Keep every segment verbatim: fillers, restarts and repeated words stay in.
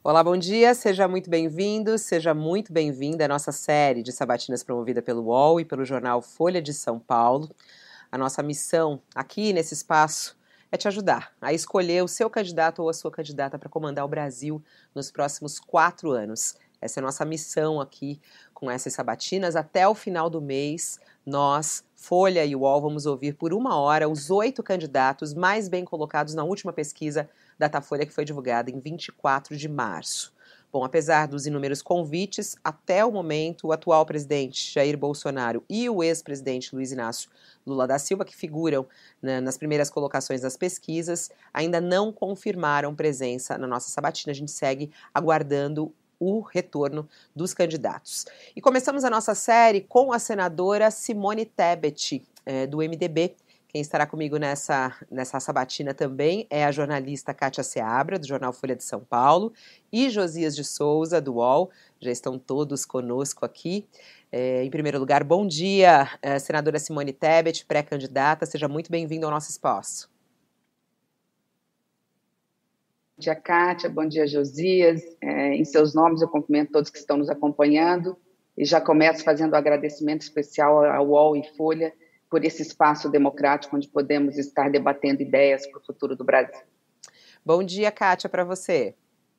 Olá, bom dia, seja muito bem-vindo, seja muito bem-vinda à nossa série de sabatinas promovida pelo U O L e pelo jornal Folha de São Paulo. A nossa missão aqui nesse espaço é te ajudar a escolher o seu candidato ou a sua candidata para comandar o Brasil nos próximos quatro anos. Essa é a nossa missão aqui com essas sabatinas. Até o final do mês, nós, Folha e U O L, vamos ouvir por uma hora os oito candidatos mais bem colocados na última pesquisa Datafolha, que foi divulgada em vinte e quatro de março. Bom, apesar dos inúmeros convites, até o momento, o atual presidente Jair Bolsonaro e o ex-presidente Luiz Inácio Lula da Silva, que figuram, né, nas primeiras colocações das pesquisas, ainda não confirmaram presença na nossa sabatina. A gente segue aguardando o retorno dos candidatos. E começamos a nossa série com a senadora Simone Tebet, é, do M D B. Quem estará comigo nessa, nessa sabatina também é a jornalista Kátia Seabra, do jornal Folha de São Paulo, e Josias de Souza, do U O L. Já estão todos conosco aqui. É, em primeiro lugar, bom dia, é, senadora Simone Tebet, pré-candidata. Seja muito bem-vinda ao nosso espaço. Bom dia, Kátia. Bom dia, Josias. É, em seus nomes, eu cumprimento todos que estão nos acompanhando e já começo fazendo um agradecimento especial ao U O L e Folha por esse espaço democrático onde podemos estar debatendo ideias para o futuro do Brasil. Bom dia, Kátia, para você.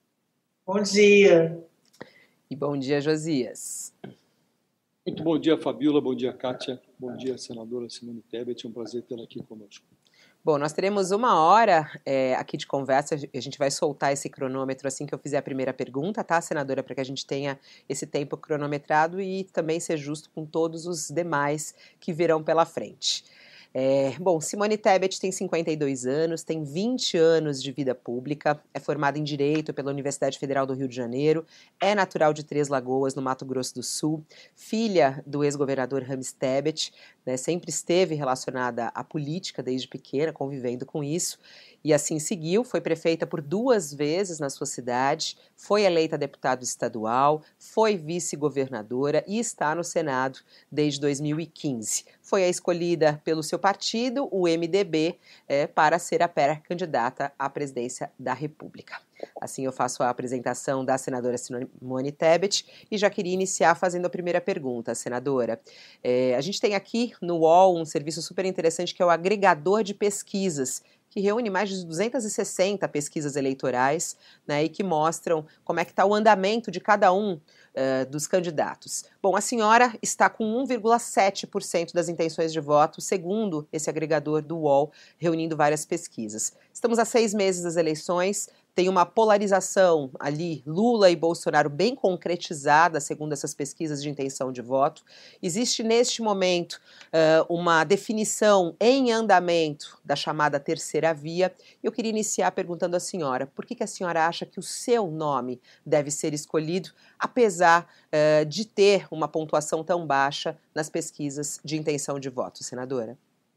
Bom dia. E bom dia, Josias. Muito bom dia, Fabíola. Bom dia, Kátia. Bom dia, senadora Simone Tebet. É um prazer tê-la aqui conosco. Bom, nós teremos uma hora é, aqui de conversa, a gente vai soltar esse cronômetro assim que eu fizer a primeira pergunta, tá, senadora, para que a gente tenha esse tempo cronometrado e também ser justo com todos os demais que virão pela frente. É, bom, Simone Tebet tem cinquenta e dois anos, tem vinte anos de vida pública, é formada em Direito pela Universidade Federal do Rio de Janeiro, é natural de Três Lagoas, no Mato Grosso do Sul, filha do ex-governador Rames Tebet, né, sempre esteve relacionada à política desde pequena, convivendo com isso, e assim seguiu, foi prefeita por duas vezes na sua cidade, foi eleita deputada estadual, foi vice-governadora e está no Senado desde dois mil e quinze. Foi a escolhida pelo seu partido, o M D B, é, para ser a pré-candidata à presidência da República. Assim eu faço a apresentação da senadora Simone Tebet e já queria iniciar fazendo a primeira pergunta, senadora. É, a gente tem aqui no U O L um serviço super interessante que é o agregador de pesquisas, que reúne mais de duzentas e sessenta pesquisas eleitorais, né, e que mostram como é que está o andamento de cada um uh, dos candidatos. Bom, a senhora está com um vírgula sete por cento das intenções de voto, segundo esse agregador do U O L, reunindo várias pesquisas. Estamos a seis meses das eleições, tem uma polarização ali, Lula e Bolsonaro, bem concretizada, segundo essas pesquisas de intenção de voto. Existe, neste momento, uh, uma definição em andamento da chamada terceira via. Eu queria iniciar perguntando à senhora, por que que a senhora acha que o seu nome deve ser escolhido, apesar uh, de ter uma pontuação tão baixa nas pesquisas de intenção de voto, senadora?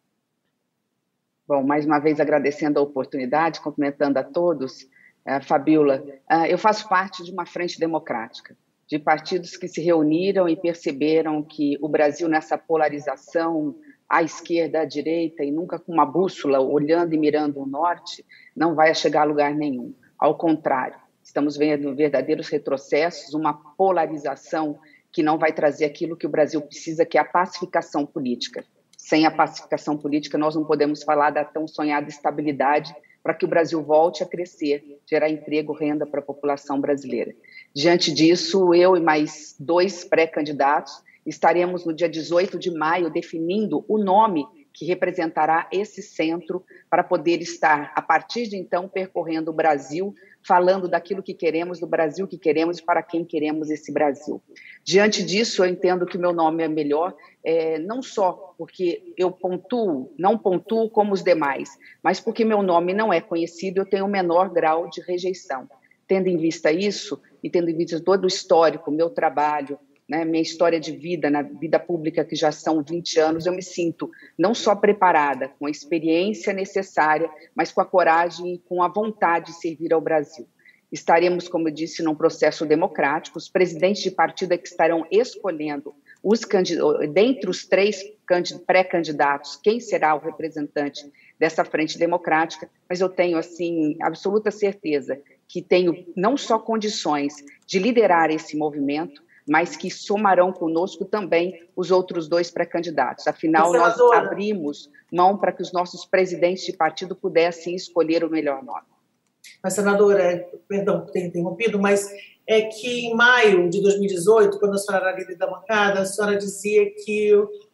Bom, mais uma vez agradecendo a oportunidade, cumprimentando a todos. Uh, Fabíola, uh, eu faço parte de uma frente democrática, de partidos que se reuniram e perceberam que o Brasil, nessa polarização à esquerda, à direita, e nunca com uma bússola, olhando e mirando o norte, não vai chegar a lugar nenhum. Ao contrário, estamos vendo verdadeiros retrocessos, uma polarização que não vai trazer aquilo que o Brasil precisa, que é a pacificação política. Sem a pacificação política, nós não podemos falar da tão sonhada estabilidade para que o Brasil volte a crescer, gerar emprego, renda para a população brasileira. Diante disso, eu e mais dois pré-candidatos estaremos no dia dezoito de maio definindo o nome que representará esse centro para poder estar, a partir de então, percorrendo o Brasil, falando daquilo que queremos, do Brasil que queremos e para quem queremos esse Brasil. Diante disso, eu entendo que o meu nome é melhor, é, não só porque eu pontuo, não pontuo como os demais, mas porque meu nome não é conhecido, eu tenho um menor grau de rejeição. Tendo em vista isso, e tendo em vista todo o histórico, meu trabalho, né, minha história de vida, na vida pública, que já são vinte anos, eu me sinto não só preparada, com a experiência necessária, mas com a coragem e com a vontade de servir ao Brasil. Estaremos, como eu disse, num processo democrático, os presidentes de partido é que estarão escolhendo, os dentre os três pré-candidatos, quem será o representante dessa frente democrática, mas eu tenho, assim, absoluta certeza que tenho não só condições de liderar esse movimento, mas que somarão conosco também os outros dois pré-candidatos. Afinal, nós abrimos mão para que os nossos presidentes de partido pudessem escolher o melhor nome. Mas, senadora, perdão por ter interrompido, mas é que em maio de dois mil e dezoito, quando a senhora era líder da bancada, a senhora dizia que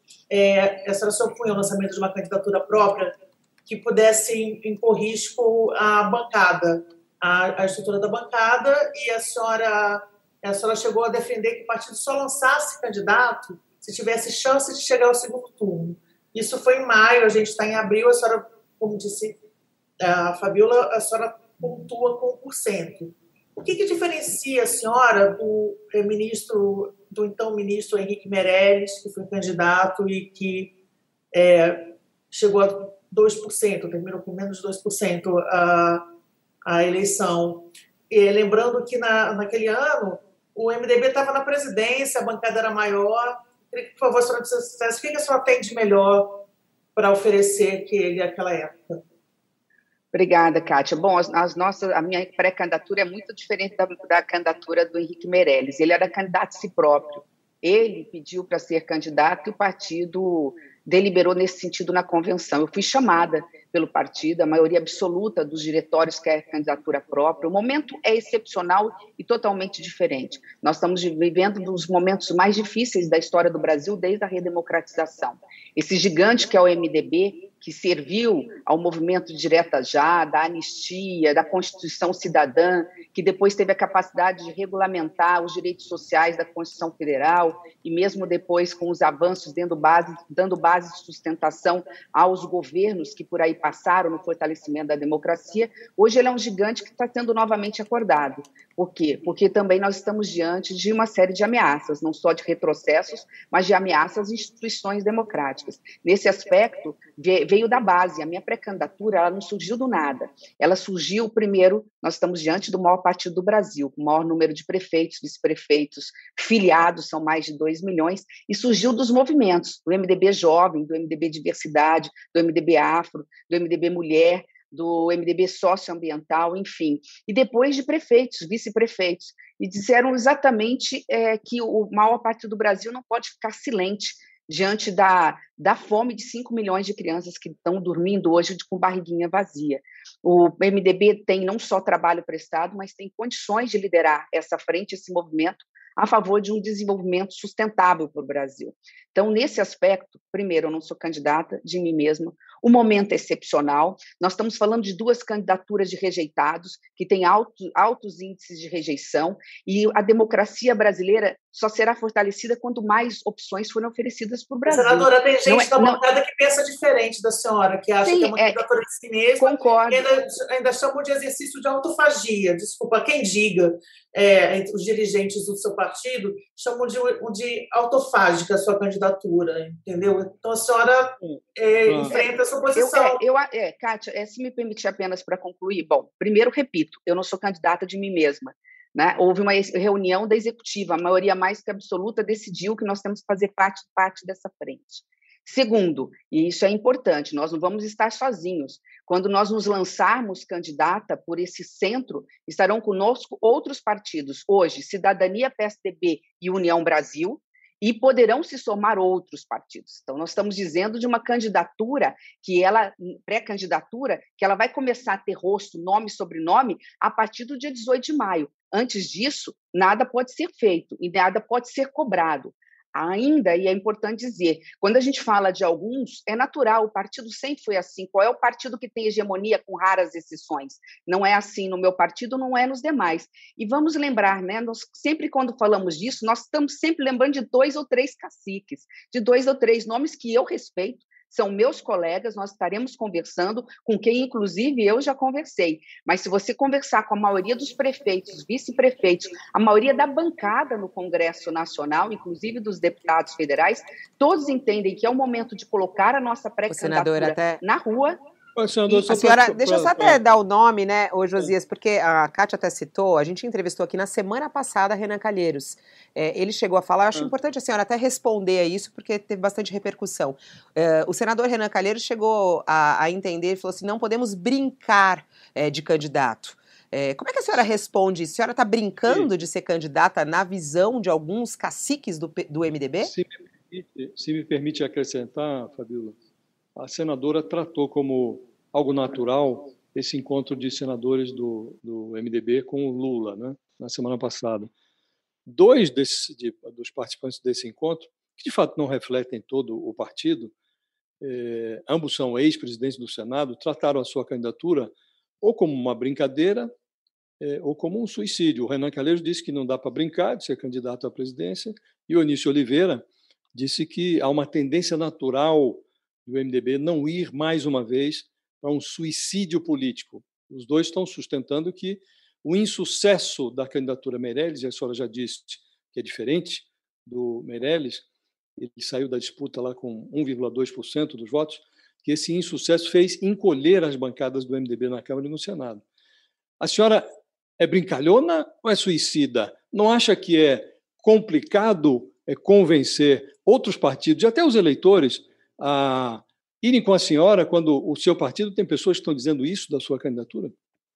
é, a senhora se opunha ao lançamento de uma candidatura própria que pudesse impor risco à bancada, à, à estrutura da bancada, e a senhora, a senhora chegou a defender que o partido só lançasse candidato se tivesse chance de chegar ao segundo turno. Isso foi em maio, a gente está em abril, a senhora, como disse a Fabiola, a senhora pontua com um por cento. O que, que diferencia a senhora do é, ministro, do então ministro Henrique Meirelles, que foi candidato e que é, chegou a dois por cento, terminou com menos de dois por cento a, a eleição? E, lembrando que na, naquele ano o M D B estava na presidência, a bancada era maior. Queria que, por favor, a senhora dissesse o que, que a senhora tem de melhor para oferecer que ele naquela época. Obrigada, Kátia. Bom, as, as nossas, a minha pré-candidatura é muito diferente da, da candidatura do Henrique Meirelles. Ele era candidato a si próprio. Ele pediu para ser candidato e o partido deliberou nesse sentido na convenção. Eu fui chamada pelo partido, a maioria absoluta dos diretórios quer candidatura própria. O momento é excepcional e totalmente diferente. Nós estamos vivendo um dos momentos mais difíceis da história do Brasil desde a redemocratização. Esse gigante que é o M D B, que serviu ao movimento Direta Já, da anistia, da Constituição Cidadã, que depois teve a capacidade de regulamentar os direitos sociais da Constituição Federal, e mesmo depois com os avanços dando base, dando base de sustentação aos governos que por aí passaram no fortalecimento da democracia, hoje ele é um gigante que está sendo novamente acordado. Por quê? Porque também nós estamos diante de uma série de ameaças, não só de retrocessos, mas de ameaças às instituições democráticas. Nesse aspecto, veio da base. A minha pré-candidatura ela não surgiu do nada. Ela surgiu, primeiro, nós estamos diante do maior partido do Brasil, com o maior número de prefeitos, vice-prefeitos, filiados, são mais de dois milhões, e surgiu dos movimentos, do M D B Jovem, do M D B Diversidade, do M D B Afro, do M D B Mulher, do M D B Socioambiental, enfim. E depois de prefeitos, vice-prefeitos, e disseram exatamente é, que o maior partido do Brasil não pode ficar silente diante da, da fome de cinco milhões de crianças que estão dormindo hoje com barriguinha vazia. O M D B tem não só trabalho prestado, mas tem condições de liderar essa frente, esse movimento, a favor de um desenvolvimento sustentável para o Brasil. Então, nesse aspecto, primeiro, eu não sou candidata de mim mesma, o momento é excepcional, nós estamos falando de duas candidaturas de rejeitados, que têm alto, altos índices de rejeição, e a democracia brasileira só será fortalecida quando mais opções forem oferecidas para o Brasil. Senadora, tem gente não é, da bancada não... que pensa diferente da senhora, que acha Sim, que é uma é, candidatura de si mesma, concordo. e ainda, ainda chamam de exercício de autofagia. Desculpa, quem diga, é, entre os dirigentes do seu partido, chamam de, de autofágica a sua candidatura, entendeu? Então a senhora é, ah. enfrenta essa posição. Eu, é, eu, é, Kátia, é, se me permitir apenas para concluir, bom, primeiro, repito, eu não sou candidata de mim mesma. Né? Houve uma reunião da executiva, a maioria mais que absoluta decidiu que nós temos que fazer parte, parte dessa frente. Segundo, e isso é importante, nós não vamos estar sozinhos. Quando nós nos lançarmos candidata por esse centro, estarão conosco outros partidos, hoje, Cidadania, P S D B e União Brasil, e poderão se somar outros partidos. Então, nós estamos dizendo de uma candidatura, que ela, pré-candidatura, que ela vai começar a ter rosto, nome e sobrenome a partir do dia dezoito de maio. Antes disso, nada pode ser feito e nada pode ser cobrado. Ainda, e é importante dizer, quando a gente fala de alguns, é natural, o partido sempre foi assim. Qual é o partido que tem hegemonia com raras exceções? Não é assim no meu partido, não é nos demais. E vamos lembrar, né, nós, sempre quando falamos disso, nós estamos sempre lembrando de dois ou três caciques, de dois ou três nomes que eu respeito, são meus colegas, nós estaremos conversando com quem, inclusive, eu já conversei. Mas se você conversar com a maioria dos prefeitos, vice-prefeitos, a maioria da bancada no Congresso Nacional, inclusive dos deputados federais, todos entendem que é o momento de colocar a nossa pré-candidatura até... na rua. Ô, senador, a senhora, pra, deixa eu só pra, até pra... dar o nome, né, ô Josias, porque a Kátia até citou, a gente entrevistou aqui na semana passada a Renan Calheiros. É, ele chegou a falar, eu acho ah. importante a senhora até responder a isso, porque teve bastante repercussão. É, o senador Renan Calheiros chegou a, a entender, ele falou assim, não podemos brincar é, de candidato. É, como é que a senhora responde isso? A senhora está brincando de ser candidata na visão de alguns caciques do, do M D B? Se me permite, se me permite acrescentar, Fabíola, a senadora tratou como algo natural esse encontro de senadores do, do M D B com o Lula, né, na semana passada. Dois desses, de, dos participantes desse encontro, que de fato não refletem todo o partido, eh, ambos são ex-presidentes do Senado, trataram a sua candidatura ou como uma brincadeira eh, ou como um suicídio. O Renan Calheiros disse que não dá para brincar de ser candidato à presidência e o Onísio Oliveira disse que há uma tendência natural do M D B não ir mais uma vez para um suicídio político. Os dois estão sustentando que o insucesso da candidatura Meirelles, e a senhora já disse que é diferente do Meirelles, ele saiu da disputa lá com um vírgula dois por cento dos votos, que esse insucesso fez encolher as bancadas do M D B na Câmara e no Senado. A senhora é brincalhona ou é suicida? Não acha que é complicado é, convencer outros partidos, e até os eleitores, a irem com a senhora quando o seu partido tem pessoas que estão dizendo isso da sua candidatura?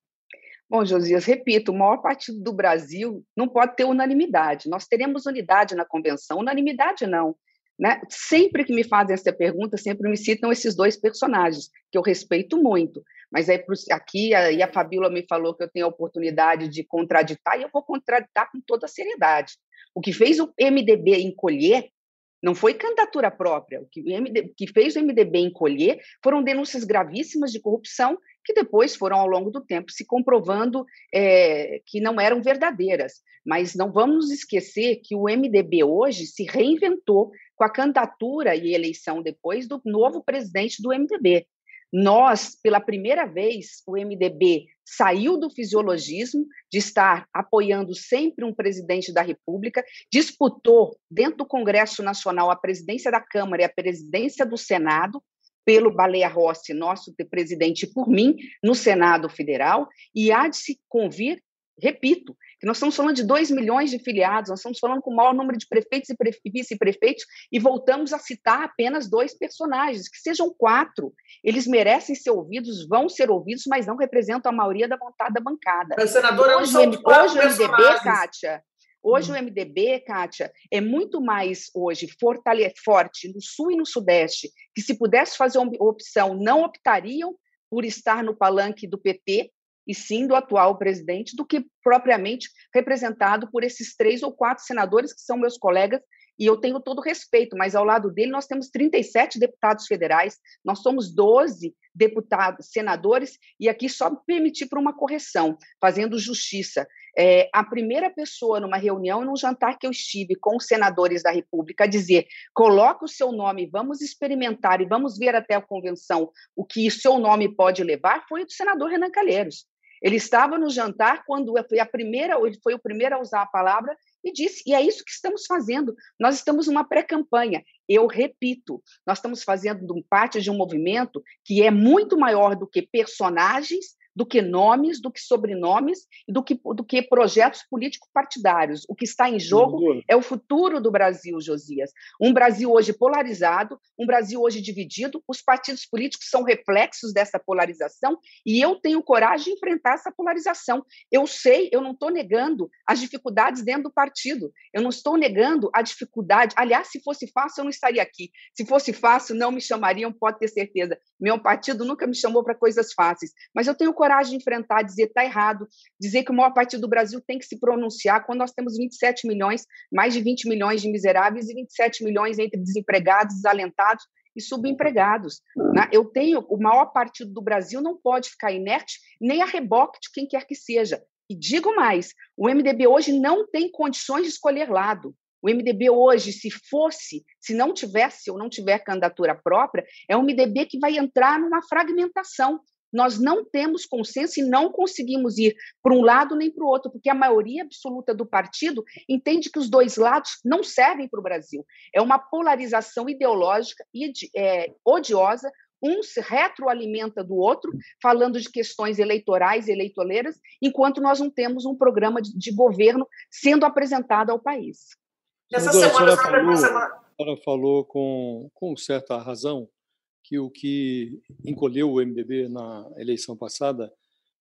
Bom, Josias, repito, o maior partido do Brasil não pode ter unanimidade. Nós teremos unidade na convenção, unanimidade não. Né? Sempre que me fazem essa pergunta, sempre me citam esses dois personagens, que eu respeito muito. Mas aí, aqui aí a Fabíola me falou que eu tenho a oportunidade de contraditar, e eu vou contraditar com toda a seriedade. O que fez o M D B encolher não foi candidatura própria. O que, o M D B, que fez o M D B encolher foram denúncias gravíssimas de corrupção que depois foram, ao longo do tempo, se comprovando é, que não eram verdadeiras. Mas não vamos esquecer que o M D B hoje se reinventou com a candidatura e eleição depois do novo presidente do M D B. Nós, pela primeira vez, o M D B saiu do fisiologismo de estar apoiando sempre um presidente da República, disputou dentro do Congresso Nacional a presidência da Câmara e a presidência do Senado, pelo Baleia Rossi, nosso presidente, e por mim, no Senado Federal, e há de se convir, repito, que nós estamos falando de dois milhões de filiados, nós estamos falando com o maior número de prefeitos e vice-prefeitos, e voltamos a citar apenas dois personagens, que sejam quatro. Eles merecem ser ouvidos, vão ser ouvidos, mas não representam a maioria da vontade da bancada. Mas, senadora, hoje, não são hoje o M D B, personagens. Kátia, hoje hum. o M D B, Kátia, é muito mais hoje fortale- forte no Sul e no Sudeste, que se pudesse fazer uma opção, não optariam por estar no palanque do P T, e sim do atual presidente, do que propriamente representado por esses três ou quatro senadores que são meus colegas, e eu tenho todo respeito, mas ao lado dele nós temos trinta e sete deputados federais, nós somos doze deputados, senadores, e aqui só me permitir por uma correção, fazendo justiça. É, a primeira pessoa numa reunião, num jantar que eu estive com os senadores da República, a dizer, coloca o seu nome, vamos experimentar e vamos ver até a convenção o que o seu nome pode levar, foi o do senador Renan Calheiros. Ele estava no jantar quando foi a primeira, ele foi o primeiro a usar a palavra e disse, e é isso que estamos fazendo, nós estamos numa pré-campanha. Eu repito, nós estamos fazendo parte de um movimento que é muito maior do que personagens, do que nomes, do que sobrenomes, do que, do que projetos político-partidários. O que está em jogo uhum. é o futuro do Brasil, Josias. Um Brasil hoje polarizado, um Brasil hoje dividido, os partidos políticos são reflexos dessa polarização e eu tenho coragem de enfrentar essa polarização. Eu sei, eu não estou negando as dificuldades dentro do partido, eu não estou negando a dificuldade. Aliás, se fosse fácil, eu não estaria aqui. Se fosse fácil, não me chamariam, pode ter certeza. Meu partido nunca me chamou para coisas fáceis, mas eu tenho coragem de enfrentar, dizer está errado, dizer que o maior partido do Brasil tem que se pronunciar quando nós temos vinte e sete milhões, mais de vinte milhões de miseráveis e vinte e sete milhões entre desempregados, desalentados e subempregados. Né? Eu tenho, o maior partido do Brasil não pode ficar inerte nem a reboque de quem quer que seja. E digo mais, o M D B hoje não tem condições de escolher lado. O M D B hoje, se fosse, se não tivesse ou não tiver candidatura própria, é um M D B que vai entrar numa fragmentação. Nós não temos consenso e não conseguimos ir para um lado nem para o outro, porque a maioria absoluta do partido entende que os dois lados não servem para o Brasil. É uma polarização ideológica e é, odiosa, um se retroalimenta do outro, falando de questões eleitorais e eleitoreiras, enquanto nós não temos um programa de, de governo sendo apresentado ao país. Essa semana, a senhora falou, semana... a senhora falou com, com certa razão que o que encolheu o M D B na eleição passada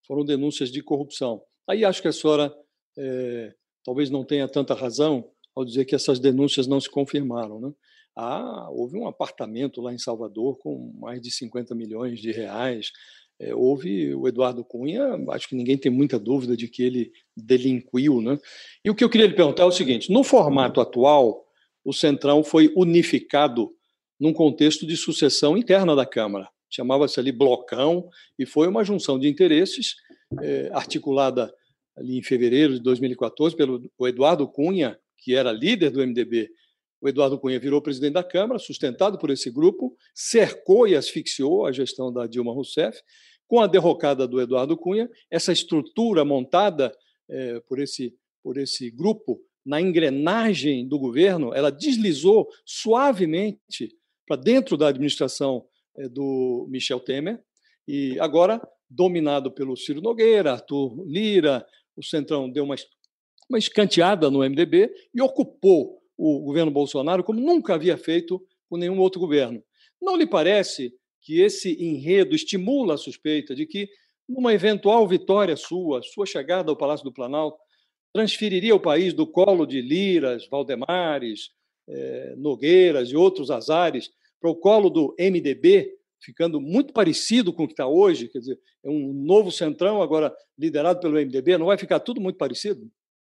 foram denúncias de corrupção. Aí acho que a senhora é, talvez não tenha tanta razão ao dizer que essas denúncias não se confirmaram, né? Ah, houve um apartamento lá em Salvador com mais de cinquenta milhões de reais. É, houve o Eduardo Cunha, acho que ninguém tem muita dúvida de que ele delinquiu, né? E o que eu queria lhe perguntar é o seguinte: no formato atual, o Centrão foi unificado num contexto de sucessão interna da Câmara. Chamava-se ali blocão e foi uma junção de interesses é, articulada ali em fevereiro de dois mil e quatorze pelo Eduardo Cunha, que era líder do M D B. O Eduardo Cunha virou presidente da Câmara, sustentado por esse grupo, cercou e asfixiou a gestão da Dilma Rousseff. Com a derrocada do Eduardo Cunha, essa estrutura montada eh, por, esse, por esse grupo, na engrenagem do governo, ela deslizou suavemente para dentro da administração eh, do Michel Temer, e agora, dominado pelo Ciro Nogueira, Arthur Lira, o Centrão deu uma, uma escanteada no M D B e ocupou o governo Bolsonaro como nunca havia feito com nenhum outro governo. Não lhe parece que esse enredo estimula a suspeita de que, numa eventual vitória sua, sua chegada ao Palácio do Planalto, transferiria o país do colo de Liras, Valdemares, eh, Nogueiras e outros azares para o colo do M D B, ficando muito parecido com o que está hoje? Quer dizer, é um novo Centrão agora liderado pelo M D B, não vai ficar tudo muito parecido?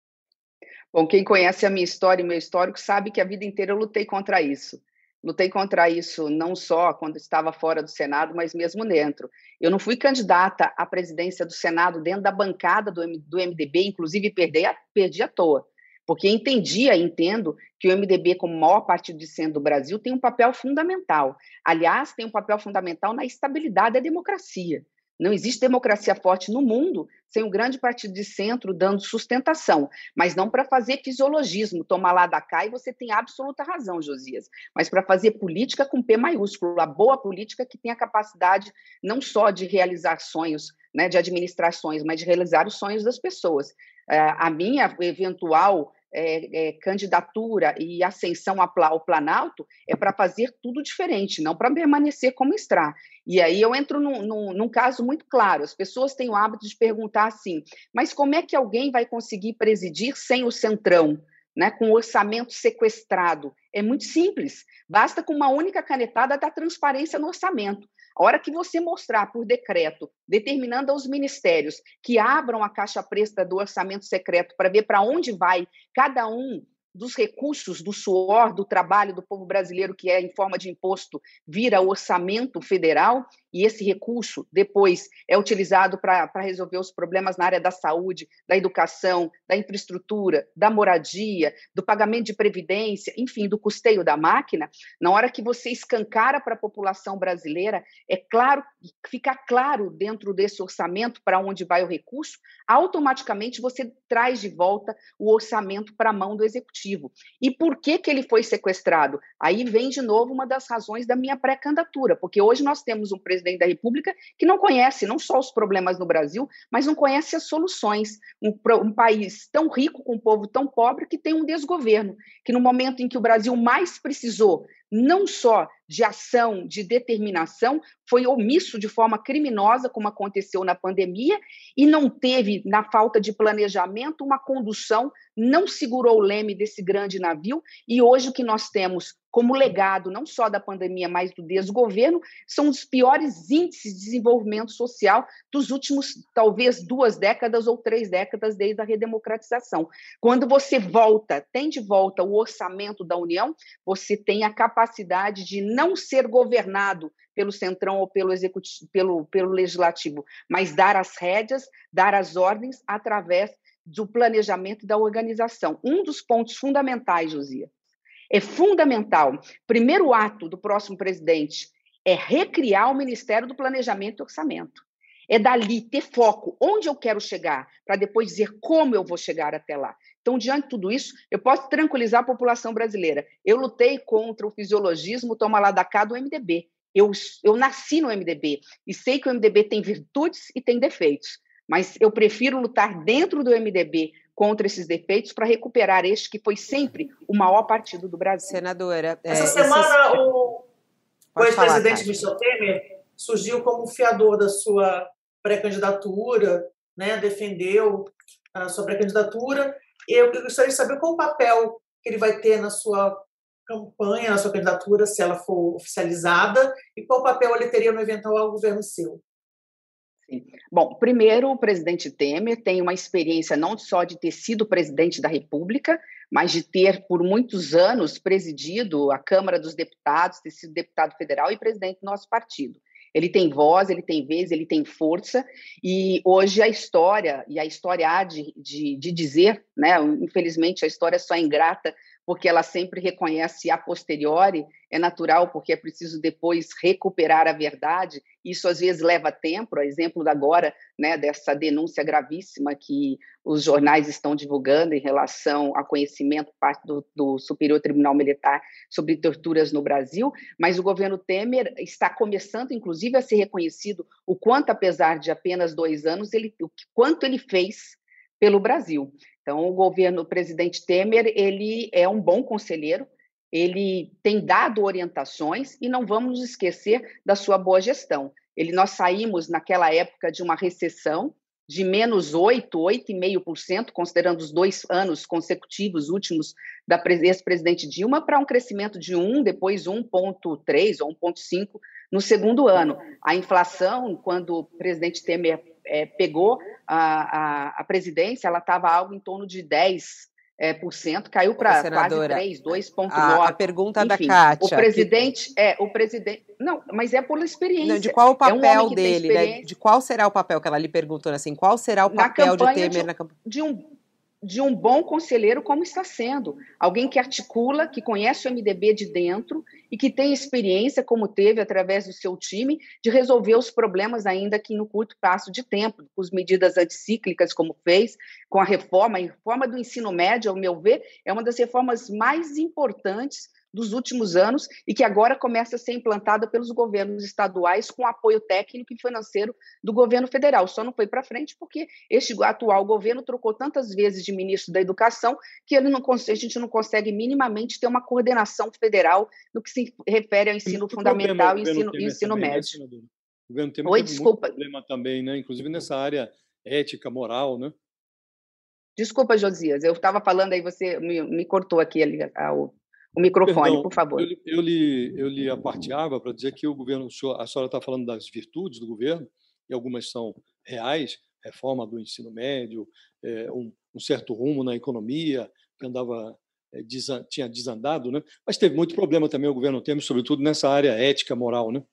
Bom, quem conhece a minha história e meu histórico sabe que a vida inteira eu lutei contra isso. Lutei contra isso não só quando estava fora do Senado, mas mesmo dentro. Eu não fui candidata à presidência do Senado dentro da bancada do, M D B, inclusive perdi, perdi à toa, porque entendia, entendo, que o M D B, como o maior partido de centro do Brasil, tem um papel fundamental. Aliás, tem um papel fundamental na estabilidade da democracia. Não existe democracia forte no mundo sem um grande partido de centro dando sustentação, mas não para fazer fisiologismo, tomar lá da cá, e você tem absoluta razão, Josias, mas para fazer política com P maiúsculo, a boa política que tem a capacidade não só de realizar sonhos, né, de administrar sonhos, mas de realizar os sonhos das pessoas. É, a minha eventual É, é, candidatura e ascensão ao Planalto é para fazer tudo diferente, não para permanecer como está. E aí eu entro num, num, num caso muito claro. As pessoas têm o hábito de perguntar assim, mas como é que alguém vai conseguir presidir sem o Centrão, né, com o orçamento sequestrado? É muito simples, basta com uma única canetada dar transparência no orçamento. A hora que você mostrar por decreto, determinando aos ministérios que abram a caixa preta do orçamento secreto para ver para onde vai cada um dos recursos do suor, do trabalho do povo brasileiro, que é em forma de imposto, vira o orçamento federal, e esse recurso depois é utilizado para resolver os problemas na área da saúde, da educação, da infraestrutura, da moradia, do pagamento de previdência, enfim, do custeio da máquina. Na hora que você escancara para a população brasileira, é claro, fica claro dentro desse orçamento para onde vai o recurso, automaticamente você traz de volta o orçamento para a mão do executivo. E por que que ele foi sequestrado? Aí vem de novo uma das razões da minha pré-candidatura, porque hoje nós temos um presidente da República que não conhece não só os problemas no Brasil, mas não conhece as soluções. Um, um país tão rico com um povo tão pobre que tem um desgoverno, que no momento em que o Brasil mais precisou, não só de ação, de determinação, foi omisso de forma criminosa, como aconteceu na pandemia, e não teve, na falta de planejamento, uma condução, não segurou o leme desse grande navio, e hoje o que nós temos como legado, não só da pandemia, mas do desgoverno, são os piores índices de desenvolvimento social dos últimos, talvez, duas décadas ou três décadas desde a redemocratização. Quando você volta, tem de volta o orçamento da União, você tem a capacidade de não ser governado pelo Centrão ou pelo, executivo, pelo, pelo Legislativo, mas dar as rédeas, dar as ordens através do planejamento e da organização. Um dos pontos fundamentais, Josias, é fundamental. Primeiro ato do próximo presidente é recriar o Ministério do Planejamento e Orçamento. É dali ter foco, onde eu quero chegar, para depois dizer como eu vou chegar até lá. Então, diante de tudo isso, eu posso tranquilizar a população brasileira. Eu lutei contra o fisiologismo toma lá da cá do M D B. Eu, eu nasci no M D B e sei que o M D B tem virtudes e tem defeitos, mas eu prefiro lutar dentro do M D B contra esses defeitos para recuperar este que foi sempre o maior partido do Brasil. Senadora... Essa é, semana esses... o, o ex-presidente Michel Temer surgiu como fiador da sua pré-candidatura, né, defendeu a sua pré-candidatura. Eu gostaria de saber qual o papel que ele vai ter na sua campanha, na sua candidatura, se ela for oficializada, e qual papel ele teria no eventual governo seu. Sim. Bom, primeiro, o presidente Temer tem uma experiência não só de ter sido presidente da República, mas de ter, por muitos anos, presidido a Câmara dos Deputados, ter sido deputado federal e presidente do nosso partido. Ele tem voz, ele tem vez, ele tem força, e hoje a história, e a história há de, de, de dizer, né, infelizmente a história só é ingrata, porque ela sempre reconhece a posteriori, é natural, porque é preciso depois recuperar a verdade, isso às vezes leva tempo, a exemplo da agora, né, dessa denúncia gravíssima que os jornais estão divulgando em relação a conhecimento parte do, do Superior Tribunal Militar sobre torturas no Brasil, mas o governo Temer está começando, inclusive, a ser reconhecido o quanto, apesar de apenas dois anos, ele, o quanto ele fez pelo Brasil. Então, o governo, o presidente Temer, ele é um bom conselheiro, ele tem dado orientações e não vamos nos esquecer da sua boa gestão. Ele, nós saímos, naquela época, de uma recessão de menos oito, oito vírgula cinco por cento, considerando os dois anos consecutivos últimos da ex-presidente Dilma, para um crescimento de um, depois um vírgula três ou um vírgula cinco no segundo ano. A inflação, quando o presidente Temer é, pegou a, a, a presidência, ela estava algo em torno de dez por cento, caiu para quase três, dois vírgula nove. A, a pergunta Enfim, da Kátia. O presidente, que... é, o presidente... Não, mas é por experiência. Não, de qual o papel é um dele, né? De qual será o papel que ela lhe perguntou, assim, qual será o papel de Temer de, na campanha? De um, de um bom conselheiro, como está sendo. Alguém que articula, que conhece o M D B de dentro e que tem experiência, como teve através do seu time, de resolver os problemas ainda que no curto prazo de tempo, com as medidas anticíclicas, como fez, com a reforma. A reforma do ensino médio, ao meu ver, é uma das reformas mais importantes dos últimos anos e que agora começa a ser implantada pelos governos estaduais com apoio técnico e financeiro do governo federal. Só não foi para frente porque este atual governo trocou tantas vezes de ministro da Educação que ele não, a gente não consegue minimamente ter uma coordenação federal no que se refere ao ensino fundamental e ensino, ensino médio. Né, o governo Temer Oi, teve desculpa. muito problema também, né? Inclusive nessa área ética, moral, né? Desculpa, Josias, eu estava falando aí, você me, me cortou aqui ali, ao... O microfone, Perdão, por favor. Eu, eu, lhe, eu lhe aparteava para dizer que o governo, a senhora está falando das virtudes do governo, e algumas são reais, reforma do ensino médio, é, um, um certo rumo na economia, que andava, é, desan, tinha desandado, né? Mas teve muito problema também o governo Temer, sobretudo nessa área ética, moral, né?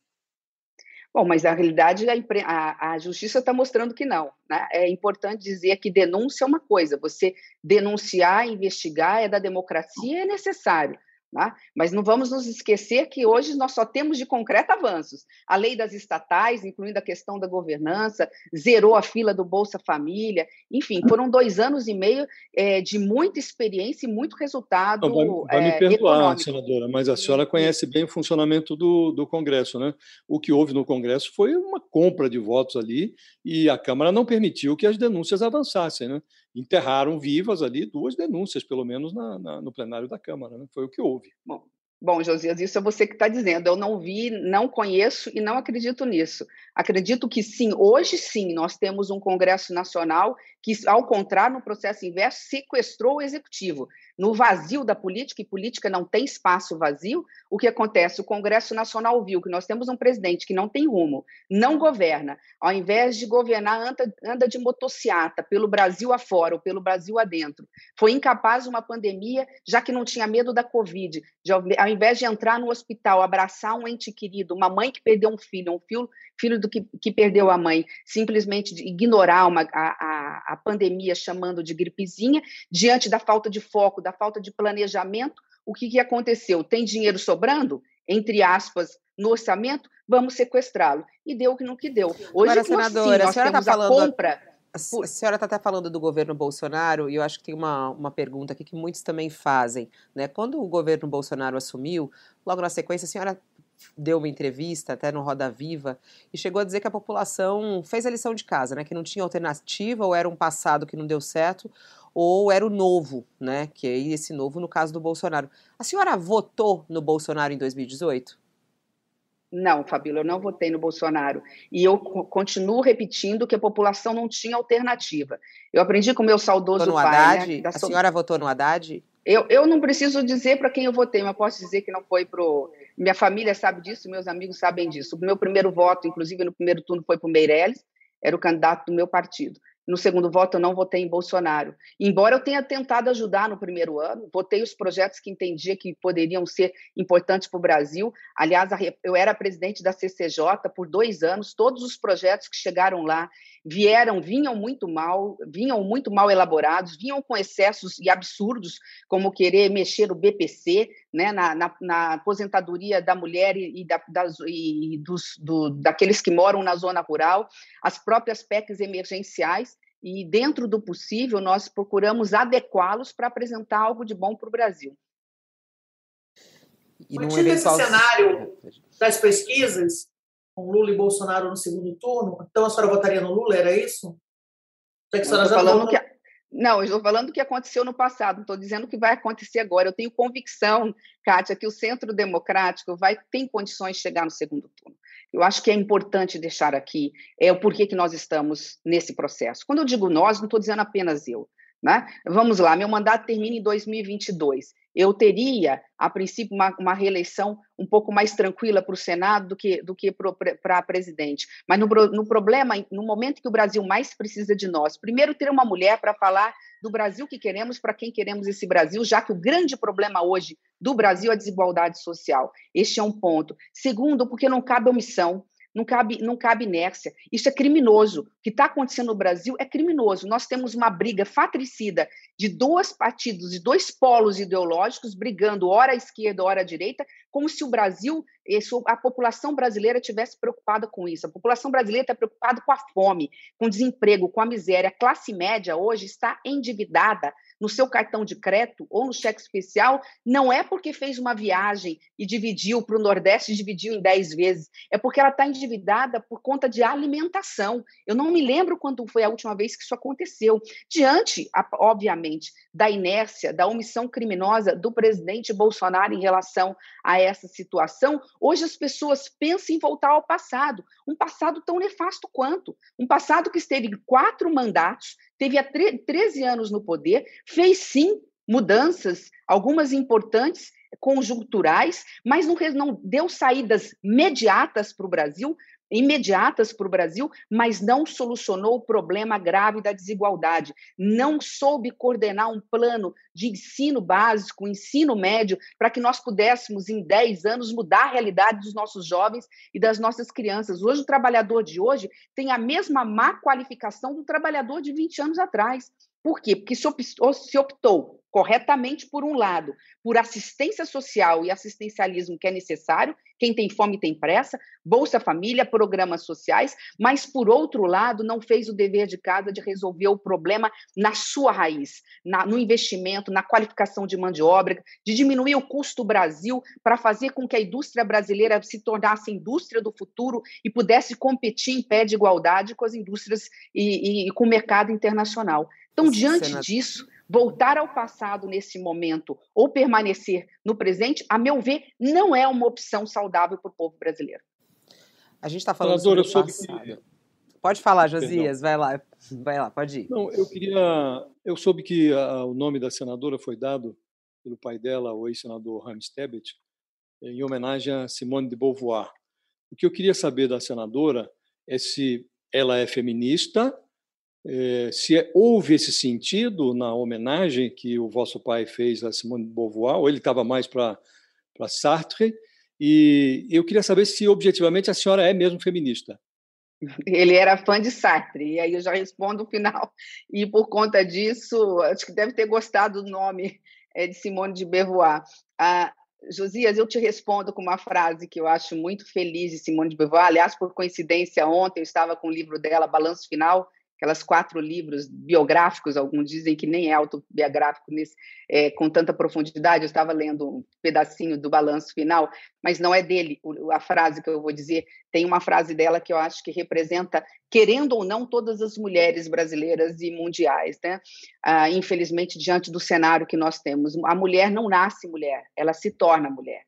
Bom, mas na realidade a, a, a justiça está mostrando que não, né? É importante dizer que denúncia é uma coisa, você denunciar, investigar é da democracia, é necessário. Né? Mas não vamos nos esquecer que hoje nós só temos de concreto avanços. A lei das estatais, incluindo a questão da governança, zerou a fila do Bolsa Família, enfim, foram dois anos e meio é, de muita experiência e muito resultado não, vai, vai é, me perdoar, econômico. Senadora, mas a senhora conhece bem o funcionamento do, do Congresso, né? O que houve no Congresso foi uma compra de votos ali e a Câmara não permitiu que as denúncias avançassem, né? Enterraram vivas ali duas denúncias, pelo menos na, na, no plenário da Câmara, né? Foi o que houve. Bom, bom, Josias, isso é você que está dizendo. Eu não vi, não conheço e não acredito nisso. Acredito que sim, hoje sim, nós temos um Congresso Nacional que, ao contrário, no processo inverso, sequestrou o Executivo. No vazio da política, e política não tem espaço vazio, o que acontece? O Congresso Nacional viu que nós temos um presidente que não tem rumo, não governa, ao invés de governar, anda, anda de motociata pelo Brasil afora ou pelo Brasil adentro. Foi incapaz de uma pandemia, já que não tinha medo da Covid, de, ao invés de entrar no hospital, abraçar um ente querido, uma mãe que perdeu um filho, um filho, filho do que, que perdeu a mãe, simplesmente de ignorar uma, a, a, a pandemia chamando de gripezinha, diante da falta de foco, da falta de planejamento, o que, que aconteceu? Tem dinheiro sobrando, entre aspas, no orçamento? Vamos sequestrá-lo. E deu o que não que deu. Hoje, Agora, nós, senadora, sim, nós a senhora temos tá falando... a compra... A senhora está até falando do governo Bolsonaro, e eu acho que tem uma, uma pergunta aqui que muitos também fazem, né? Quando o governo Bolsonaro assumiu, logo na sequência, a senhora deu uma entrevista, até no Roda Viva, e chegou a dizer que a população fez a lição de casa, né? Que não tinha alternativa, ou era um passado que não deu certo, ou era o novo, né? Que é esse novo no caso do Bolsonaro. A senhora votou no Bolsonaro em dois mil e dezoito? Não, Fabíola, eu não votei no Bolsonaro. E eu continuo repetindo que a população não tinha alternativa. Eu aprendi com o meu saudoso votou no pai... Haddad? Né, da a so... senhora votou no Haddad? Eu, eu não preciso dizer para quem eu votei, mas posso dizer que não foi para o... Minha família sabe disso, meus amigos sabem disso. O meu primeiro voto, inclusive no primeiro turno, foi para o Meirelles, era o candidato do meu partido. No segundo voto, eu não votei em Bolsonaro. Embora eu tenha tentado ajudar no primeiro ano, votei os projetos que entendia que poderiam ser importantes para o Brasil. Aliás, eu era presidente da C C J por dois anos. Todos os projetos que chegaram lá vieram, vinham muito mal, vinham muito mal elaborados, vinham com excessos e absurdos, como querer mexer o B P C, né, na, na, na aposentadoria da mulher e, da, das, e dos, do, daqueles que moram na zona rural, as próprias P E Cs emergenciais. E, dentro do possível, nós procuramos adequá-los para apresentar algo de bom para o Brasil. E num eventual... esse cenário das pesquisas, com Lula e Bolsonaro no segundo turno, então a senhora votaria no Lula, era isso? É que a senhora já falando que... Não, eu estou falando do que aconteceu no passado, não estou dizendo o que vai acontecer agora. Eu tenho convicção, Kátia, que o Centro Democrático vai ter condições de chegar no segundo turno. Eu acho que é importante deixar aqui é, o porquê que nós estamos nesse processo. Quando eu digo nós, não estou dizendo apenas eu. Né? Vamos lá, meu mandato termina em dois mil e vinte e dois. Eu teria, a princípio, uma, uma reeleição um pouco mais tranquila para o Senado do que, do que para a presidente. Mas no, no problema, no momento que o Brasil mais precisa de nós, primeiro, ter uma mulher para falar do Brasil que queremos, para quem queremos esse Brasil, já que o grande problema hoje do Brasil é a desigualdade social. Este é um ponto. Segundo, porque não cabe omissão. Não cabe, não cabe inércia. Isso é criminoso. O que está acontecendo no Brasil é criminoso. Nós temos uma briga fratricida de dois partidos, de dois polos ideológicos, brigando ora à esquerda, ora à direita, como se o Brasil, a população brasileira estivesse preocupada com isso. A população brasileira está preocupada com a fome, com o desemprego, com a miséria. A classe média hoje está endividada no seu cartão de crédito ou no cheque especial, não é porque fez uma viagem e dividiu para o Nordeste, dividiu em dez vezes, é porque ela está endividada por conta de alimentação. Eu não me lembro quando foi a última vez que isso aconteceu. Diante, obviamente, da inércia, da omissão criminosa do presidente Bolsonaro em relação a essa situação, hoje as pessoas pensam em voltar ao passado, um passado tão nefasto quanto, um passado que esteve em quatro mandatos, teve há treze anos no poder, fez sim mudanças, algumas importantes, conjunturais, mas não, não deu saídas imediatas para o Brasil, imediatas para o Brasil, mas não solucionou o problema grave da desigualdade, não soube coordenar um plano de ensino básico, ensino médio, para que nós pudéssemos, em dez anos, mudar a realidade dos nossos jovens e das nossas crianças. Hoje, o trabalhador de hoje tem a mesma má qualificação do trabalhador de vinte anos atrás. Por quê? Porque se optou, se optou corretamente, por um lado, por assistência social e assistencialismo que é necessário, quem tem fome tem pressa, Bolsa Família, programas sociais, mas, por outro lado, não fez o dever de casa de resolver o problema na sua raiz, na, no investimento, na qualificação de mão de obra, de diminuir o custo do Brasil para fazer com que a indústria brasileira se tornasse a indústria do futuro e pudesse competir em pé de igualdade com as indústrias e, e, e com o mercado internacional. Então, diante Senado... disso, voltar ao passado nesse momento ou permanecer no presente, a meu ver, não é uma opção saudável para o povo brasileiro. A gente está falando sobre o passado. Que... Pode falar, Josias, vai lá, vai lá, pode ir. Não, eu queria... Eu soube que a, o nome da senadora foi dado pelo pai dela, o ex-senador James Tebet, em homenagem a Simone de Beauvoir. O que eu queria saber da senadora é se ela é feminista, É, se é, houve esse sentido na homenagem que o vosso pai fez a Simone de Beauvoir, ou ele estava mais para Sartre, e eu queria saber se objetivamente a senhora é mesmo feminista. Ele era fã de Sartre, e aí eu já respondo o final, e por conta disso, acho que deve ter gostado do nome é, de Simone de Beauvoir. Ah, Josias, eu te respondo com uma frase que eu acho muito feliz de Simone de Beauvoir. Aliás, por coincidência, ontem eu estava com o livro dela, Balanço Final, aquelas quatro livros biográficos, alguns dizem que nem é autobiográfico nesse, é, com tanta profundidade. Eu estava lendo um pedacinho do Balanço Final, mas não é dele a frase que eu vou dizer. Tem uma frase dela que eu acho que representa, querendo ou não, todas as mulheres brasileiras e mundiais, né? Ah, infelizmente, diante do cenário que nós temos. A mulher não nasce mulher, ela se torna mulher.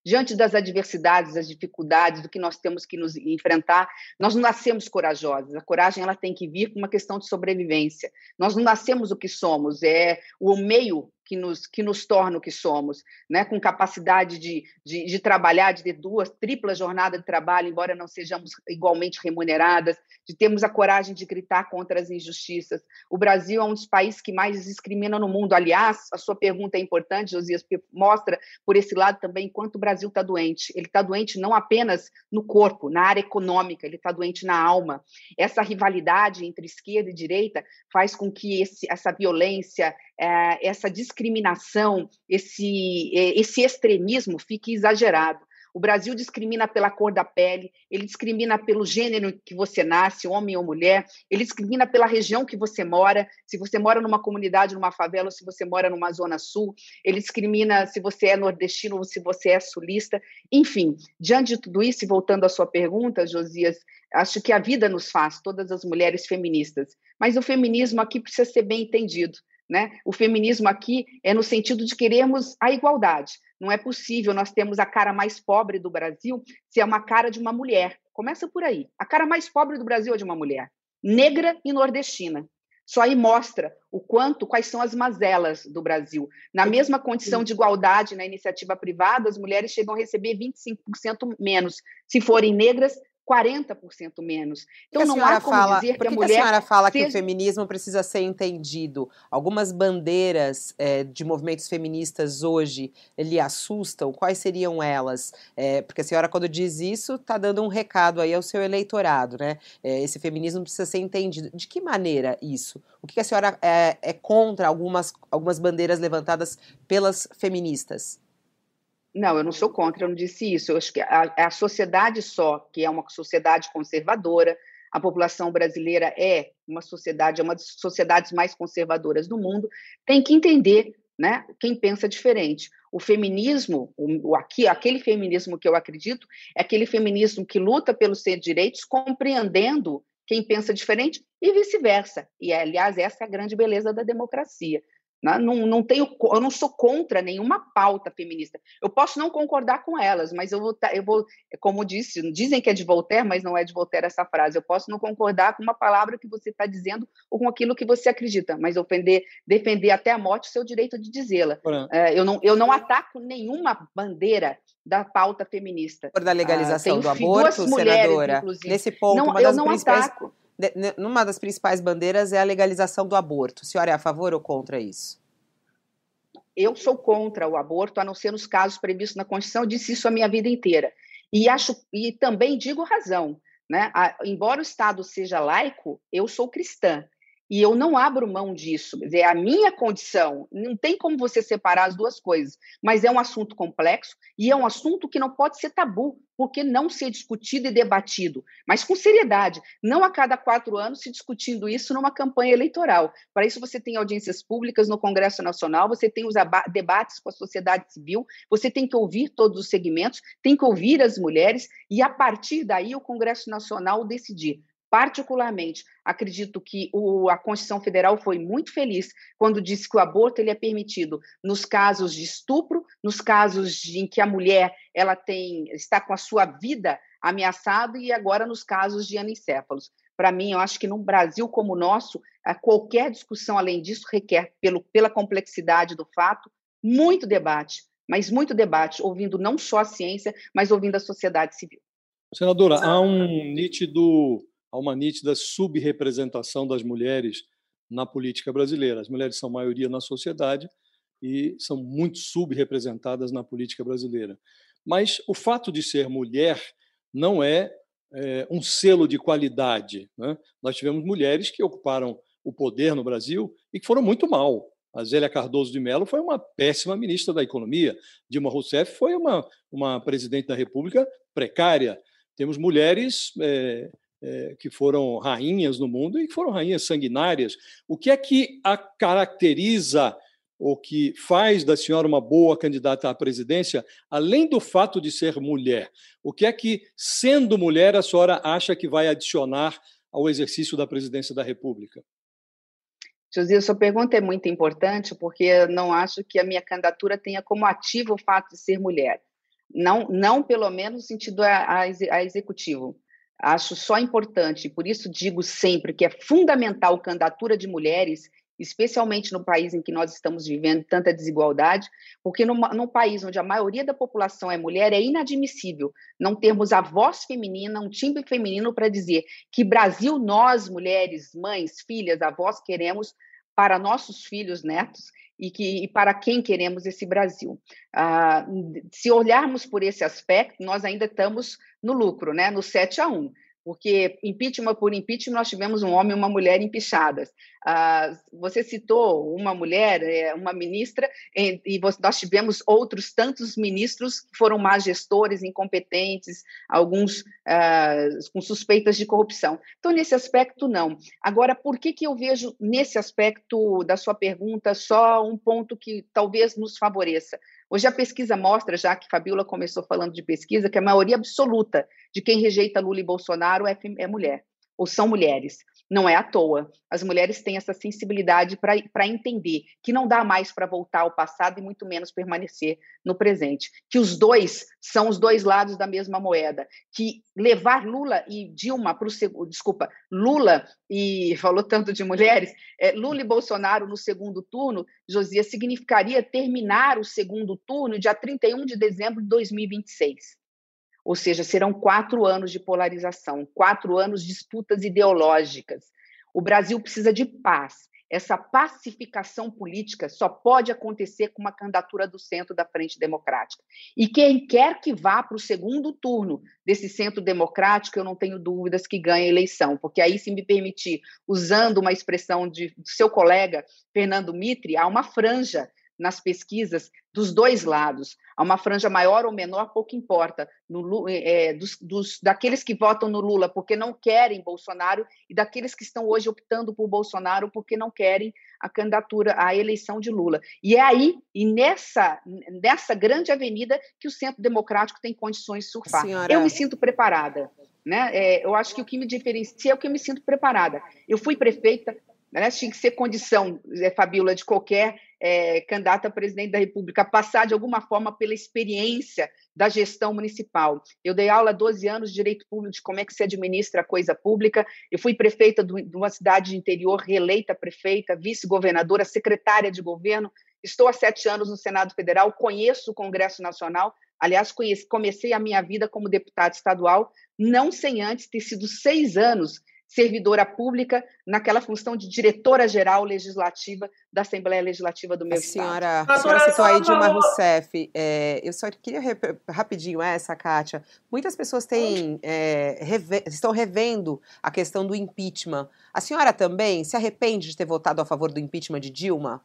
diante das adversidades, das dificuldades, do que nós temos que nos enfrentar, nós não nascemos corajosos. A coragem ela tem que vir com uma questão de sobrevivência. Nós não nascemos o que somos, é o meio que nos, que nos torna o que somos, né? Com capacidade de, de, de trabalhar, de ter duas, tripla jornada de trabalho, embora não sejamos igualmente remuneradas, de termos a coragem de gritar contra as injustiças. O Brasil é um dos países que mais discrimina no mundo. Aliás, a sua pergunta é importante, Josias, porque mostra, por esse lado também, quanto o Brasil está doente. Ele está doente não apenas no corpo, na área econômica, ele está doente na alma. Essa rivalidade entre esquerda e direita faz com que esse, essa violência, essa discriminação, esse, esse extremismo fique exagerado. O Brasil discrimina pela cor da pele, ele discrimina pelo gênero que você nasce, homem ou mulher, ele discrimina pela região que você mora, se você mora numa comunidade, numa favela, ou se você mora numa zona sul, ele discrimina se você é nordestino ou se você é sulista. Enfim, diante de tudo isso, e voltando à sua pergunta, Josias, acho que a vida nos faz, todas as mulheres feministas, mas o feminismo aqui precisa ser bem entendido. Né? O feminismo aqui é no sentido de querermos a igualdade. Não é possível nós termos a cara mais pobre do Brasil se é uma cara de uma mulher. Começa por aí. A cara mais pobre do Brasil é de uma mulher, negra e nordestina. Só aí mostra o quanto, quais são as mazelas do Brasil. Na mesma condição de igualdade na iniciativa privada, as mulheres chegam a receber vinte e cinco por cento menos. Se forem negras, quarenta por cento menos. Então não há como fala, dizer que a que mulher... Por que a senhora fala seja... que o feminismo precisa ser entendido? Algumas bandeiras é, de movimentos feministas hoje lhe assustam? Quais seriam elas? É, porque a senhora, quando diz isso, está dando um recado aí ao seu eleitorado, né? É, esse feminismo precisa ser entendido. De que maneira isso? O que a senhora é, é contra algumas, algumas bandeiras levantadas pelas feministas? Não, eu não sou contra, eu não disse isso. Eu acho que a, a sociedade só, que é uma sociedade conservadora, a população brasileira é uma sociedade, é uma das sociedades mais conservadoras do mundo, tem que entender, né, quem pensa diferente. O feminismo, o, o, aqui, aquele feminismo que eu acredito, é aquele feminismo que luta pelos seus direitos, compreendendo quem pensa diferente e vice-versa. E, aliás, essa é a grande beleza da democracia. Não, não tenho, eu não sou contra nenhuma pauta feminista. Eu posso não concordar com elas, mas eu vou, eu vou, como disse, dizem que é de Voltaire, mas não é de Voltaire essa frase. Eu posso não concordar com uma palavra que você está dizendo ou com aquilo que você acredita, mas ofender, defender até a morte o seu direito de dizê-la. É, eu, não, eu não ataco nenhuma bandeira da pauta feminista. Por da legalização ah, do aborto, duas mulheres, senadora, inclusive. nesse ponto, não, uma eu das não principais... ataco. Uma das principais bandeiras é a legalização do aborto. A senhora é a favor ou contra isso? Eu sou contra o aborto, a não ser nos casos previstos na Constituição, eu disse isso a minha vida inteira. E, acho, e também digo razão. Né? A, embora o Estado seja laico, eu sou cristã. E eu não abro mão disso. Quer dizer, é a minha condição. Não tem como você separar as duas coisas. Mas é um assunto complexo e é um assunto que não pode ser tabu, porque não ser discutido e debatido. Mas com seriedade. Não a cada quatro anos se discutindo isso numa campanha eleitoral. Para isso você tem audiências públicas no Congresso Nacional, você tem os debates com a sociedade civil, você tem que ouvir todos os segmentos, tem que ouvir as mulheres e, a partir daí, o Congresso Nacional decidir. Particularmente, acredito que o, a Constituição Federal foi muito feliz quando disse que o aborto ele é permitido nos casos de estupro, nos casos de, em que a mulher ela tem, está com a sua vida ameaçada e agora nos casos de anencéfalos. Para mim, eu acho que num Brasil como o nosso, qualquer discussão além disso requer, pelo, pela complexidade do fato, muito debate, mas muito debate, ouvindo não só a ciência, mas ouvindo a sociedade civil. Senadora, há um nítido... há uma nítida subrepresentação das mulheres na política brasileira. As mulheres são maioria na sociedade e são muito subrepresentadas na política brasileira. Mas o fato de ser mulher não é, é um selo de qualidade, né? Nós tivemos mulheres que ocuparam o poder no Brasil e que foram muito mal. A Zélia Cardoso de Mello foi uma péssima ministra da Economia. Dilma Rousseff foi uma, uma presidente da República precária. Temos mulheres... É, É, que foram rainhas no mundo e que foram rainhas sanguinárias. O que é que a caracteriza ou que faz da senhora uma boa candidata à presidência, além do fato de ser mulher? O que é que, sendo mulher, a senhora acha que vai adicionar ao exercício da presidência da República? Josias, sua pergunta é muito importante porque eu não acho que a minha candidatura tenha como ativo o fato de ser mulher. não, não pelo menos no sentido a, a, a executivo. Acho só importante, por isso digo sempre que é fundamental a candidatura de mulheres, especialmente no país em que nós estamos vivendo tanta desigualdade, porque num, num país onde a maioria da população é mulher, é inadmissível não termos a voz feminina, um timbre feminino para dizer que Brasil, nós, mulheres, mães, filhas, avós, queremos para nossos filhos, netos, e, que, e para quem queremos esse Brasil. Ah, se olharmos por esse aspecto, nós ainda estamos no lucro, né? No sete a um. Porque impeachment por impeachment nós tivemos um homem e uma mulher empichadas. Ah, você citou uma mulher, uma ministra, e nós tivemos outros tantos ministros que foram má gestores, incompetentes, alguns ah, com suspeitas de corrupção. Então, nesse aspecto, não. Agora, por que, que eu vejo nesse aspecto da sua pergunta só um ponto que talvez nos favoreça? Hoje a pesquisa mostra, já que Fabíola começou falando de pesquisa, que a maioria absoluta de quem rejeita Lula e Bolsonaro é, é mulher, ou são mulheres. Não é à toa. As mulheres têm essa sensibilidade para entender que não dá mais para voltar ao passado e muito menos permanecer no presente. Que os dois são os dois lados da mesma moeda. Que levar Lula e Dilma para o segundo... Desculpa, Lula e... Falou tanto de mulheres. É, Lula e Bolsonaro no segundo turno, Josias, significaria terminar o segundo turno dia trinta e um de dezembro de dois mil e vinte e seis. Ou seja, serão quatro anos de polarização, quatro anos de disputas ideológicas. O Brasil precisa de paz. Essa pacificação política só pode acontecer com uma candidatura do centro da Frente Democrática. E quem quer que vá para o segundo turno desse centro democrático, eu não tenho dúvidas que ganhe a eleição, porque aí, se me permitir, usando uma expressão de, do seu colega Fernando Mitre, há uma franja nas pesquisas dos dois lados. Há uma franja maior ou menor, pouco importa, no, é, dos, dos, daqueles que votam no Lula porque não querem Bolsonaro e daqueles que estão hoje optando por Bolsonaro porque não querem a candidatura, a eleição de Lula. E é aí, e nessa, nessa grande avenida, que o Centro Democrático tem condições de surfar. Senhora... Eu me sinto preparada. Né? É, eu acho que o que me diferencia é o que eu me sinto preparada. Eu fui prefeita, né? Tinha que ser condição, é, Fabíola, de qualquer é, candidata a presidente da República passar de alguma forma pela experiência da gestão municipal. Eu dei aula há doze anos de direito público, de como é que se administra a coisa pública. Eu fui prefeita do, de uma cidade de interior, reeleita prefeita, vice-governadora, secretária de governo. Estou há sete anos no Senado Federal, conheço o Congresso Nacional. Aliás, conheci, comecei a minha vida como deputada estadual, não sem antes ter sido seis anos servidora pública naquela função de diretora-geral legislativa da Assembleia Legislativa do meu a senhora, estado. A senhora citou aí Dilma Rousseff. É, eu só queria, rep- rapidinho, essa, Kátia. Muitas pessoas têm, é, reve- estão revendo a questão do impeachment. A senhora também se arrepende de ter votado a favor do impeachment de Dilma?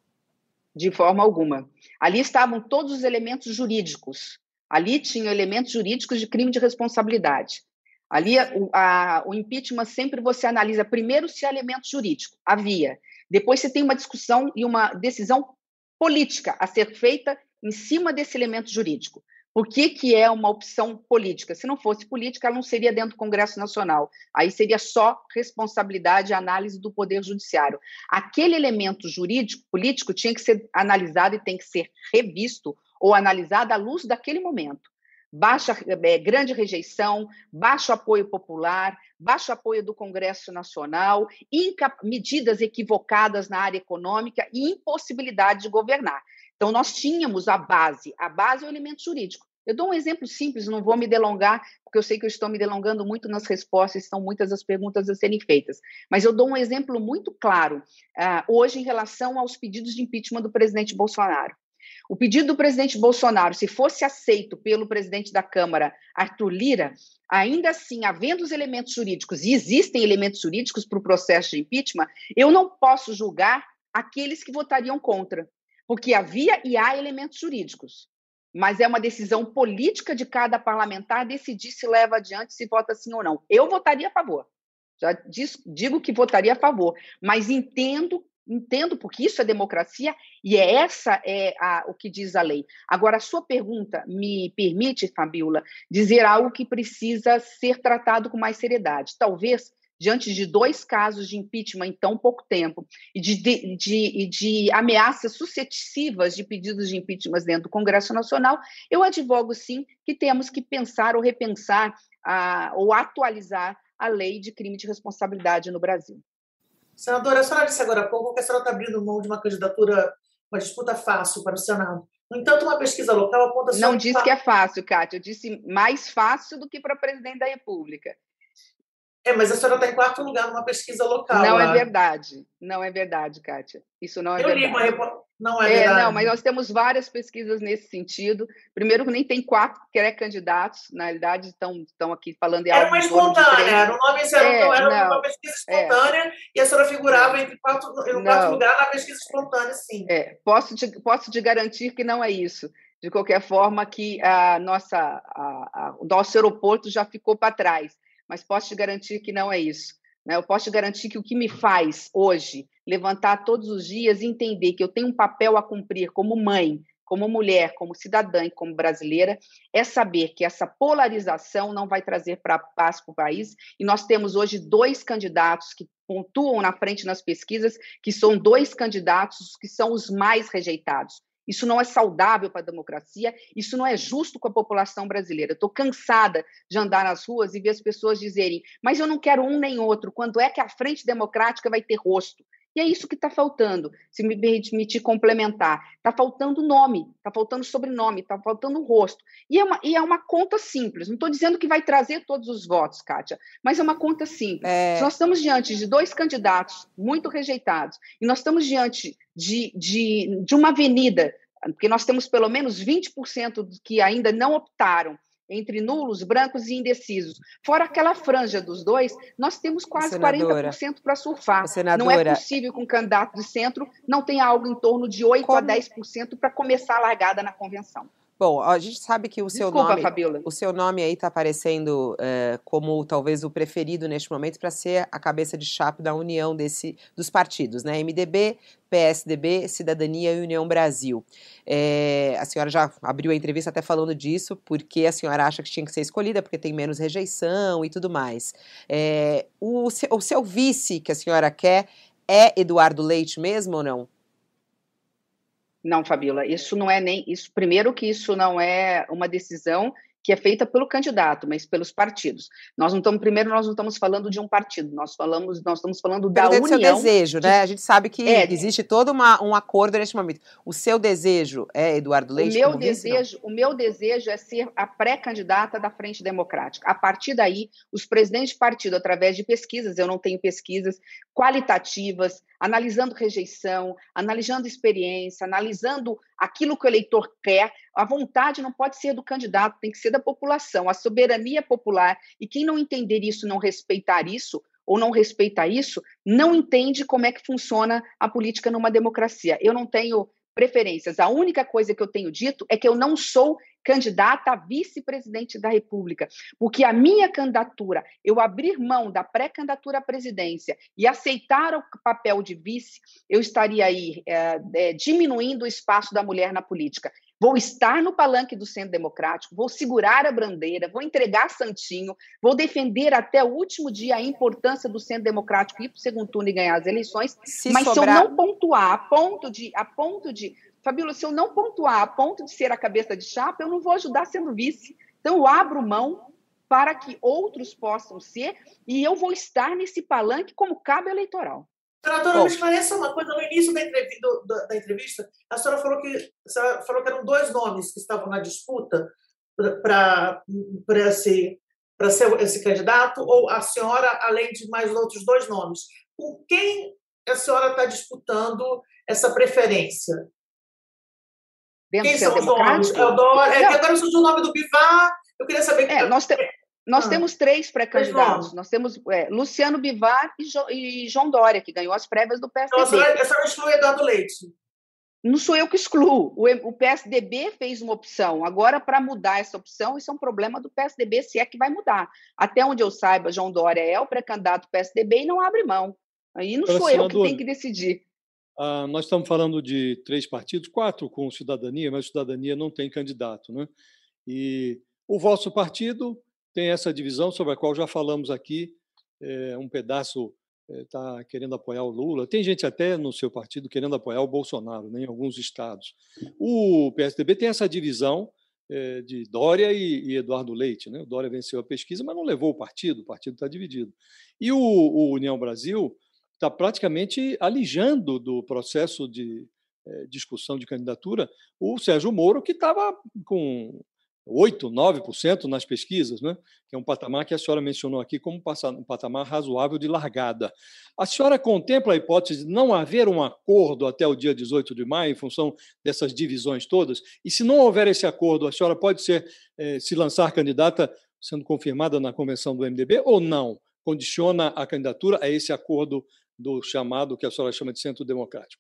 De forma alguma. Ali estavam todos os elementos jurídicos. Ali tinham elementos jurídicos de crime de responsabilidade. Ali, o, a, o impeachment sempre você analisa primeiro se há elemento jurídico. Havia. Depois você tem uma discussão e uma decisão política a ser feita em cima desse elemento jurídico. Por que que é uma opção política? Se não fosse política, ela não seria dentro do Congresso Nacional. Aí seria só responsabilidade e análise do Poder Judiciário. Aquele elemento jurídico, político, tinha que ser analisado e tem que ser revisto ou analisado à luz daquele momento. Baixa, é, grande rejeição, baixo apoio popular, baixo apoio do Congresso Nacional, inca- medidas equivocadas na área econômica e impossibilidade de governar. Então, nós tínhamos a base, a base é o elemento jurídico. Eu dou um exemplo simples, não vou me delongar, porque eu sei que eu estou me delongando muito nas respostas, são muitas as perguntas a serem feitas, mas eu dou um exemplo muito claro, uh, hoje, em relação aos pedidos de impeachment do presidente Bolsonaro. O pedido do presidente Bolsonaro, se fosse aceito pelo presidente da Câmara, Arthur Lira, ainda assim, havendo os elementos jurídicos, e existem elementos jurídicos para o processo de impeachment, eu não posso julgar aqueles que votariam contra, porque havia e há elementos jurídicos, mas é uma decisão política de cada parlamentar decidir se leva adiante, se vota sim ou não. Eu votaria a favor, já diz, digo que votaria a favor, mas entendo Entendo, porque isso é democracia e é essa é a, o que diz a lei. Agora, a sua pergunta me permite, Fabíola, dizer algo que precisa ser tratado com mais seriedade. Talvez diante de dois casos de impeachment em tão pouco tempo e de, de, de, de ameaças sucessivas de pedidos de impeachment dentro do Congresso Nacional, eu advogo, sim, que temos que pensar ou repensar a, ou atualizar a lei de crime de responsabilidade no Brasil. Senadora, a senhora disse agora há pouco que a senhora está abrindo mão de uma candidatura, uma disputa fácil para o Senado. No entanto, uma pesquisa local aponta... Não só disse que é fácil, Kátia, eu disse mais fácil do que para presidente da República. É, mas a senhora está em quarto lugar numa pesquisa local. Não lá. é verdade, não é verdade, Kátia. Isso não é eu verdade. Eu li uma... Não é, é verdade. Não, mas nós temos várias pesquisas nesse sentido. Primeiro, nem tem quatro pré-candidatos, na realidade, estão, estão aqui falando... Era uma espontânea, era um nome, era, é, era não, uma pesquisa espontânea é, e a senhora figurava entre quatro, no quarto lugar na pesquisa espontânea, sim. É, posso, te, posso te garantir que não é isso. De qualquer forma, que a nossa, a, a, o nosso aeroporto já ficou para trás. Mas posso te garantir que não é isso. Né? Eu posso te garantir que o que me faz hoje levantar todos os dias e entender que eu tenho um papel a cumprir como mãe, como mulher, como cidadã e como brasileira, é saber que essa polarização não vai trazer para paz para o país. E nós temos hoje dois candidatos que pontuam na frente nas pesquisas, que são dois candidatos que são os mais rejeitados. Isso não é saudável para a democracia, isso não é justo com a população brasileira. Estou cansada de andar nas ruas e ver as pessoas dizerem, mas eu não quero um nem outro, quando é que a Frente Democrática vai ter rosto? E é isso que está faltando, se me permitir complementar. Está faltando nome, está faltando sobrenome, está faltando rosto. E é, uma, e é uma conta simples, não estou dizendo que vai trazer todos os votos, Kátia, mas é uma conta simples. É... Nós estamos diante de dois candidatos muito rejeitados, e nós estamos diante de, de, de uma avenida, porque nós temos pelo menos vinte por cento que ainda não optaram, entre nulos, brancos e indecisos. Fora aquela franja dos dois, nós temos quase senadora, quarenta por cento para surfar. Senadora, não é possível que um candidato de centro não tenha algo em torno de oito por cento a dez por cento para começar a largada na convenção. Bom, a gente sabe que o seu Desculpa, nome, Fabiola. o seu nome aí está aparecendo é, como talvez o preferido neste momento para ser a cabeça de chapa da união desse, dos partidos, né? M D B, P S D B, Cidadania e União Brasil. É, a senhora já abriu a entrevista até falando disso, porque a senhora acha que tinha que ser escolhida, porque tem menos rejeição e tudo mais. É, o, seu, o seu vice que a senhora quer é Eduardo Leite mesmo ou não? Não, Fabiola, isso não é nem isso. Primeiro que isso não é uma decisão que é feita pelo candidato, mas pelos partidos. Nós não estamos, primeiro, nós não estamos falando de um partido, nós falamos, nós estamos falando da união. O seu desejo, de... né? A gente sabe que é, existe todo uma, um acordo neste momento. O seu desejo é Eduardo Leite? O meu como desejo, vice, o meu desejo é ser a pré-candidata da Frente Democrática. A partir daí, os presidentes de partido, através de pesquisas, eu não tenho pesquisas qualitativas, analisando rejeição, analisando experiência, analisando aquilo que o eleitor quer. A vontade não pode ser do candidato, tem que ser da população, a soberania popular. E quem não entender isso, não respeitar isso, ou não respeita isso, não entende como é que funciona a política numa democracia. Eu não tenho preferências. A única coisa que eu tenho dito é que eu não sou candidata a vice-presidente da República, porque a minha candidatura, eu abrir mão da pré-candidatura à presidência e aceitar o papel de vice, eu estaria aí é, é, diminuindo o espaço da mulher na política. Vou estar no palanque do Centro Democrático, vou segurar a bandeira, vou entregar santinho, vou defender até o último dia a importância do Centro Democrático ir para o segundo turno e ganhar as eleições, se mas sobrar... se eu não pontuar a ponto de... A ponto de Fabíola, se eu não pontuar a ponto de ser a cabeça de chapa, eu não vou ajudar sendo vice. Então, eu abro mão para que outros possam ser e eu vou estar nesse palanque como cabo eleitoral. Senadora, me esclareça uma coisa. No início da entrevista, do, da entrevista a senhora falou que, a senhora falou que eram dois nomes que estavam na disputa para esse, ser esse candidato, ou a senhora, além de mais outros dois nomes. Com quem a senhora está disputando essa preferência? Dentro Quem são os nomes? Eudoro, é, agora surgiu o nome do Bivar. Eu queria saber... É, nós, te, nós ah, temos três pré-candidatos. Nós temos é, Luciano Bivar e, jo, e João Dória, que ganhou as prévias do P S D B. Então, a senhora, a senhora exclui Eduardo Leite? Não sou eu que excluo. O, o P S D B fez uma opção. Agora, para mudar essa opção, isso é um problema do P S D B, se é que vai mudar. Até onde eu saiba, João Dória é o pré-candidato do P S D B e não abre mão. Aí não sou eu que tenho que decidir. Ah, nós estamos falando de três partidos, quatro com Cidadania, mas Cidadania não tem candidato, né? E o vosso partido tem essa divisão sobre a qual já falamos aqui, é, um pedaço está é, querendo apoiar o Lula. Tem gente até no seu partido querendo apoiar o Bolsonaro, né, em alguns estados. O P S D B tem essa divisão é, de Dória e, e Eduardo Leite. Né? O Dória venceu a pesquisa, mas não levou o partido, o partido está dividido. E o, o União Brasil está praticamente alijando do processo de é, discussão de candidatura o Sérgio Moro, que estava com oito, nove por cento nas pesquisas, né? Que é um patamar que a senhora mencionou aqui como um patamar razoável de largada. A senhora contempla a hipótese de não haver um acordo até o dia dezoito de maio, em função dessas divisões todas? E se não houver esse acordo, a senhora pode ser, eh, se lançar candidata sendo confirmada na convenção do M D B ou não? Condiciona a candidatura a esse acordo do chamado, que a senhora chama de Centro Democrático?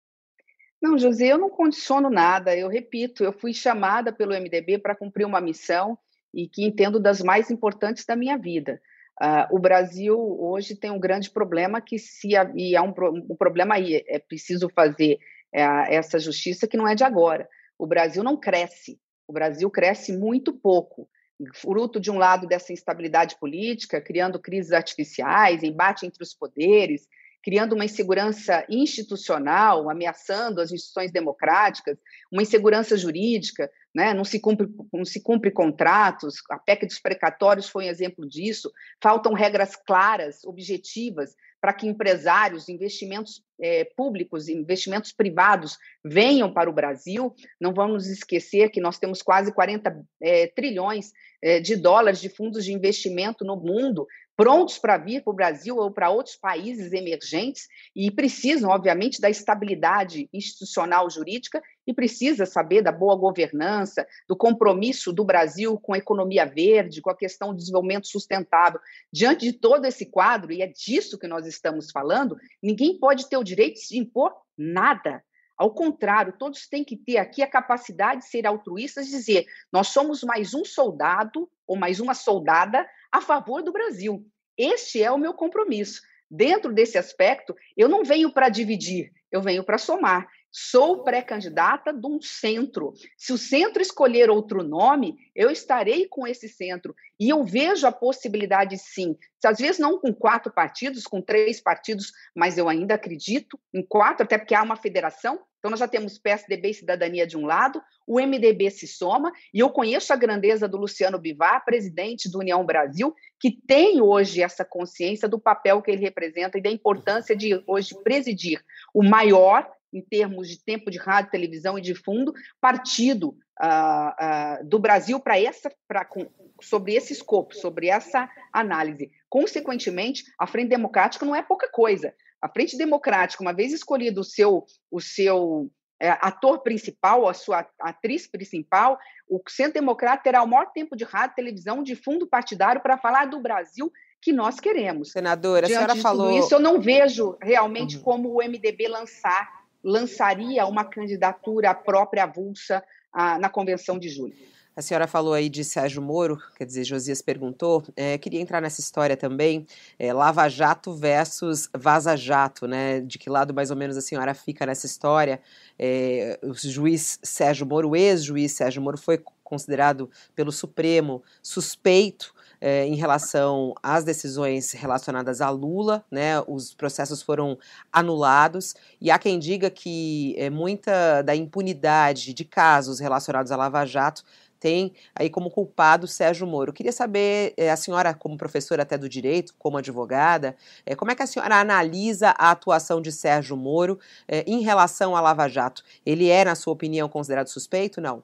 Não, José, eu não condiciono nada. Eu repito, eu fui chamada pelo M D B para cumprir uma missão e que entendo das mais importantes da minha vida. Uh, o Brasil hoje tem um grande problema que se e há um, um problema aí, é preciso fazer é, essa justiça que não é de agora. O Brasil não cresce, o Brasil cresce muito pouco, fruto de um lado dessa instabilidade política, criando crises artificiais, embate entre os poderes, criando uma insegurança institucional, ameaçando as instituições democráticas, uma insegurança jurídica, né? não, se cumpre, não se cumpre contratos, a P E C dos precatórios foi um exemplo disso, faltam regras claras, objetivas, para que empresários, investimentos é, públicos, investimentos privados venham para o Brasil. Não vamos esquecer que nós temos quase quarenta é, trilhões é, de dólares de fundos de investimento no mundo, prontos para vir para o Brasil ou para outros países emergentes e precisam, obviamente, da estabilidade institucional jurídica e precisa saber da boa governança, do compromisso do Brasil com a economia verde, com a questão do desenvolvimento sustentável. Diante de todo esse quadro, e é disso que nós estamos falando, ninguém pode ter o direito de impor nada. Ao contrário, todos têm que ter aqui a capacidade de ser altruístas e dizer, nós somos mais um soldado ou mais uma soldada a favor do Brasil. Este é o meu compromisso. Dentro desse aspecto, eu não venho para dividir, eu venho para somar. Sou pré-candidata de um centro. Se o centro escolher outro nome, eu estarei com esse centro. E eu vejo a possibilidade, sim, às vezes não com quatro partidos, com três partidos, mas eu ainda acredito em quatro, até porque há uma federação. Então, nós já temos P S D B e Cidadania de um lado, o M D B se soma, e eu conheço a grandeza do Luciano Bivar, presidente do União Brasil, que tem hoje essa consciência do papel que ele representa e da importância de hoje presidir o maior, em termos de tempo de rádio, televisão e de fundo, partido uh, uh, do Brasil para essa, pra, com, sobre esse escopo, sobre essa análise. Consequentemente, a Frente Democrática não é pouca coisa. A Frente Democrática, uma vez escolhido o seu, o seu é, ator principal, a sua atriz principal, o Centro Democrático terá o maior tempo de rádio, televisão, de fundo partidário para falar do Brasil que nós queremos. Senadora, Diante a senhora de falou... tudo isso, eu não vejo realmente uhum. como o M D B lançar, lançaria uma candidatura própria avulsa ah, na convenção de julho. A senhora falou aí de Sérgio Moro, quer dizer, Josias perguntou, é, queria entrar nessa história também, é, Lava Jato versus Vaza Jato, né? De que lado mais ou menos a senhora fica nessa história? É, o juiz Sérgio Moro, o ex-juiz Sérgio Moro, foi considerado pelo Supremo suspeito É, em relação às decisões relacionadas a Lula, né, os processos foram anulados, e há quem diga que é, muita da impunidade de casos relacionados a Lava Jato tem aí como culpado Sérgio Moro. Eu queria saber, é, a senhora como professora até do direito, como advogada, é, como é que a senhora analisa a atuação de Sérgio Moro é, em relação a Lava Jato? Ele é, na sua opinião, considerado suspeito? Não?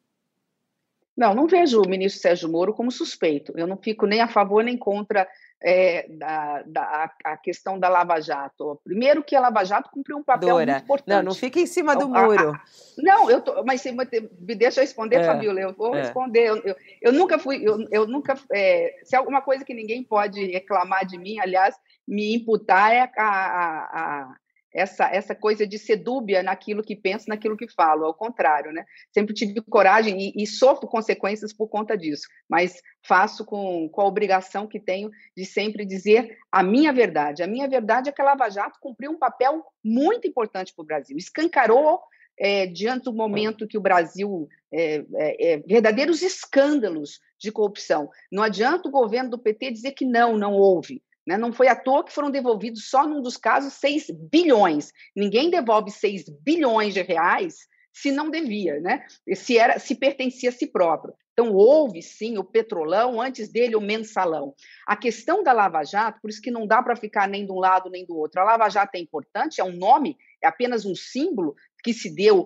Não, não vejo o ministro Sérgio Moro como suspeito. Eu não fico nem a favor nem contra é, da, da, a questão da Lava Jato. Primeiro que a Lava Jato cumpriu um papel Dora, muito importante. Não, não fica em cima do muro. A, a, não, eu tô, mas me deixa eu responder, é, Fabiola, eu vou é. responder. Eu, eu, eu nunca fui, eu, eu nunca, é, se alguma coisa que ninguém pode reclamar de mim, aliás, me imputar é a, a, a Essa, essa coisa de ser dúbia naquilo que penso, naquilo que falo, ao contrário, né? Sempre tive coragem e, e sofro consequências por conta disso, mas faço com, com a obrigação que tenho de sempre dizer a minha verdade. A minha verdade é que a Lava Jato cumpriu um papel muito importante para o Brasil, escancarou, é, diante do momento que o Brasil, é, é, é, verdadeiros escândalos de corrupção. Não adianta o governo do P T dizer que não, não houve. Né? Não foi à toa que foram devolvidos só num dos casos seis bilhões. Ninguém devolve seis bilhões de reais se não devia, né? se, era, se pertencia a si próprio. Então, houve, sim, o Petrolão, antes dele o Mensalão. A questão da Lava Jato, por isso que não dá para ficar nem de um lado nem do outro. A Lava Jato é importante, é um nome, é apenas um símbolo que se deu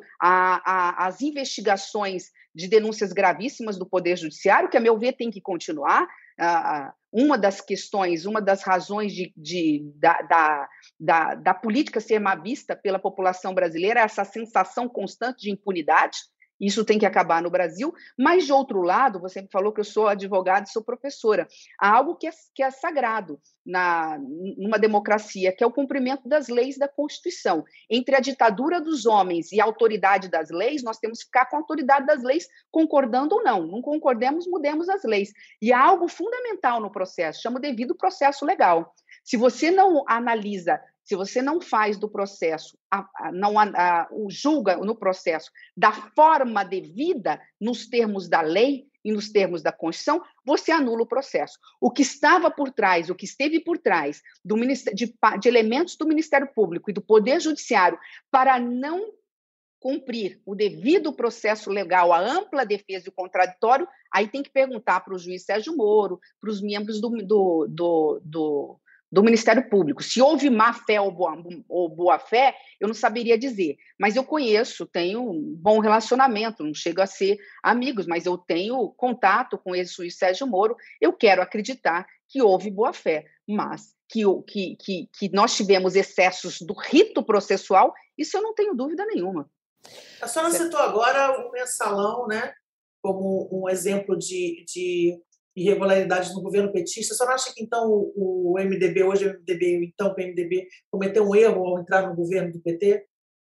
às investigações de denúncias gravíssimas do Poder Judiciário, que, a meu ver, tem que continuar. Uh, uma das questões, uma das razões de, de, da, da, da, da política ser mal vista pela população brasileira é essa sensação constante de impunidade. Isso tem que acabar no Brasil, mas, de outro lado, você me falou que eu sou advogada e sou professora. Há algo que é, que é sagrado na, numa democracia, que é o cumprimento das leis da Constituição. Entre a ditadura dos homens e a autoridade das leis, nós temos que ficar com a autoridade das leis, concordando ou não. Não concordemos, mudemos as leis. E há algo fundamental no processo, chama o devido processo legal. Se você não analisa, se você não faz do processo, a, a, não a, a, o julga no processo da forma devida, nos termos da lei e nos termos da Constituição, você anula o processo. O que estava por trás, o que esteve por trás do de, de elementos do Ministério Público e do Poder Judiciário para não cumprir o devido processo legal, a ampla defesa e o contraditório, aí tem que perguntar para o juiz Sérgio Moro, para os membros do, do, do, do do Ministério Público. Se houve má-fé ou boa, ou boa-fé, eu não saberia dizer. Mas eu conheço, tenho um bom relacionamento, não chego a ser amigos, mas eu tenho contato com esse juiz Sérgio Moro. Eu quero acreditar que houve boa-fé, mas que, que, que, que nós tivemos excessos do rito processual, isso eu não tenho dúvida nenhuma. A senhora citou agora o Mensalão, né, como um exemplo de... de... irregularidades no governo petista. A senhora acha que, então, o M D B, hoje o M D B, então o P M D B, cometeu um erro ao entrar no governo do P T?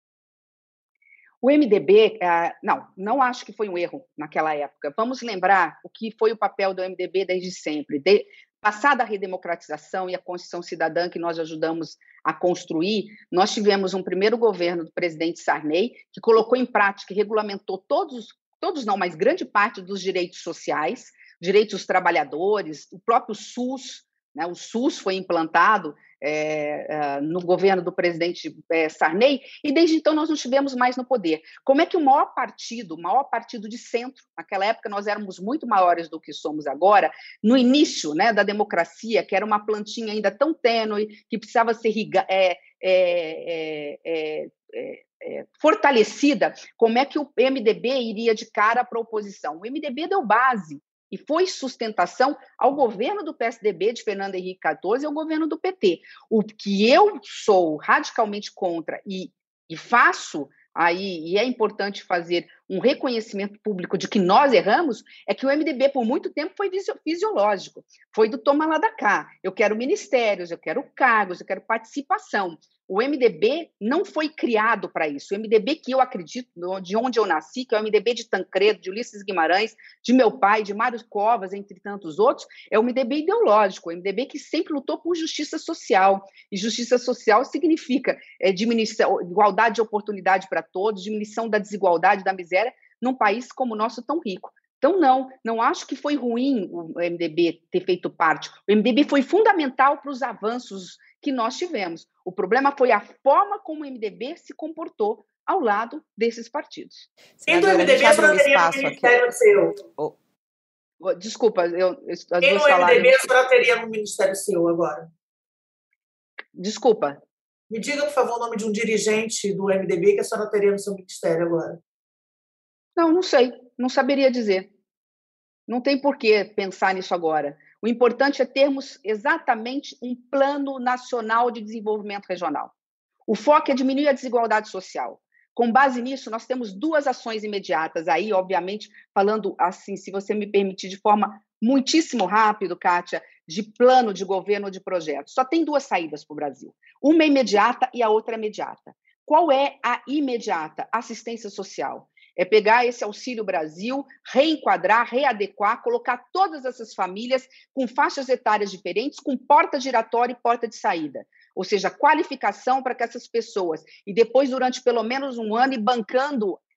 O M D B, não, não acho que foi um erro naquela época. Vamos lembrar o que foi o papel do M D B desde sempre. De, passada a redemocratização e a Constituição Cidadã que nós ajudamos a construir, nós tivemos um primeiro governo do presidente Sarney que colocou em prática e regulamentou todos, todos não, mas grande parte dos direitos sociais, direitos dos trabalhadores, o próprio SUS, né, o SUS foi implantado é, é, no governo do presidente é, Sarney, e desde então nós não estivemos mais no poder. Como é que o maior partido, o maior partido de centro, naquela época nós éramos muito maiores do que somos agora, no início, né, da democracia, que era uma plantinha ainda tão tênue, que precisava ser é, é, é, é, é, fortalecida, como é que o M D B iria de cara para a oposição? O M D B deu base e foi sustentação ao governo do P S D B, de Fernando Henrique Cardoso, e ao governo do P T. O que eu sou radicalmente contra e, e faço, aí, e é importante fazer um reconhecimento público de que nós erramos, é que o M D B, por muito tempo, foi fisiológico, foi do toma lá da cá. Eu quero ministérios, eu quero cargos, eu quero participação. O M D B não foi criado para isso. O M D B que eu acredito, de onde eu nasci, que é o M D B de Tancredo, de Ulisses Guimarães, de meu pai, de Mário Covas, entre tantos outros, é o M D B ideológico, o M D B que sempre lutou por justiça social. E justiça social significa é, diminuição, igualdade de oportunidade para todos, diminuição da desigualdade, da miséria, num país como o nosso tão rico. Então, não, não acho que foi ruim o M D B ter feito parte. O M D B foi fundamental para os avanços que nós tivemos. O problema foi a forma como o M D B se comportou ao lado desses partidos. Quem do M D B só teria no ministério seu? Oh. Desculpa, eu, as Quem duas no M D B palavras... só teria no ministério seu agora? Desculpa. Me diga, por favor, o nome de um dirigente do M D B que a senhora teria no seu ministério agora. Não, não sei. Não saberia dizer. Não tem por que pensar nisso agora. O importante é termos exatamente um plano nacional de desenvolvimento regional. O foco é diminuir a desigualdade social. Com base nisso, nós temos duas ações imediatas. Aí, obviamente, falando assim, se você me permitir, de forma muitíssimo rápida, Kátia, de plano de governo de projeto. Só tem duas saídas para o Brasil. Uma é imediata e a outra é imediata. Qual é a imediata? Assistência social. É pegar esse Auxílio Brasil, reenquadrar, readequar, colocar todas essas famílias com faixas etárias diferentes, com porta giratória e porta de saída. Ou seja, qualificação para que essas pessoas, e depois durante pelo menos um ano, e bancando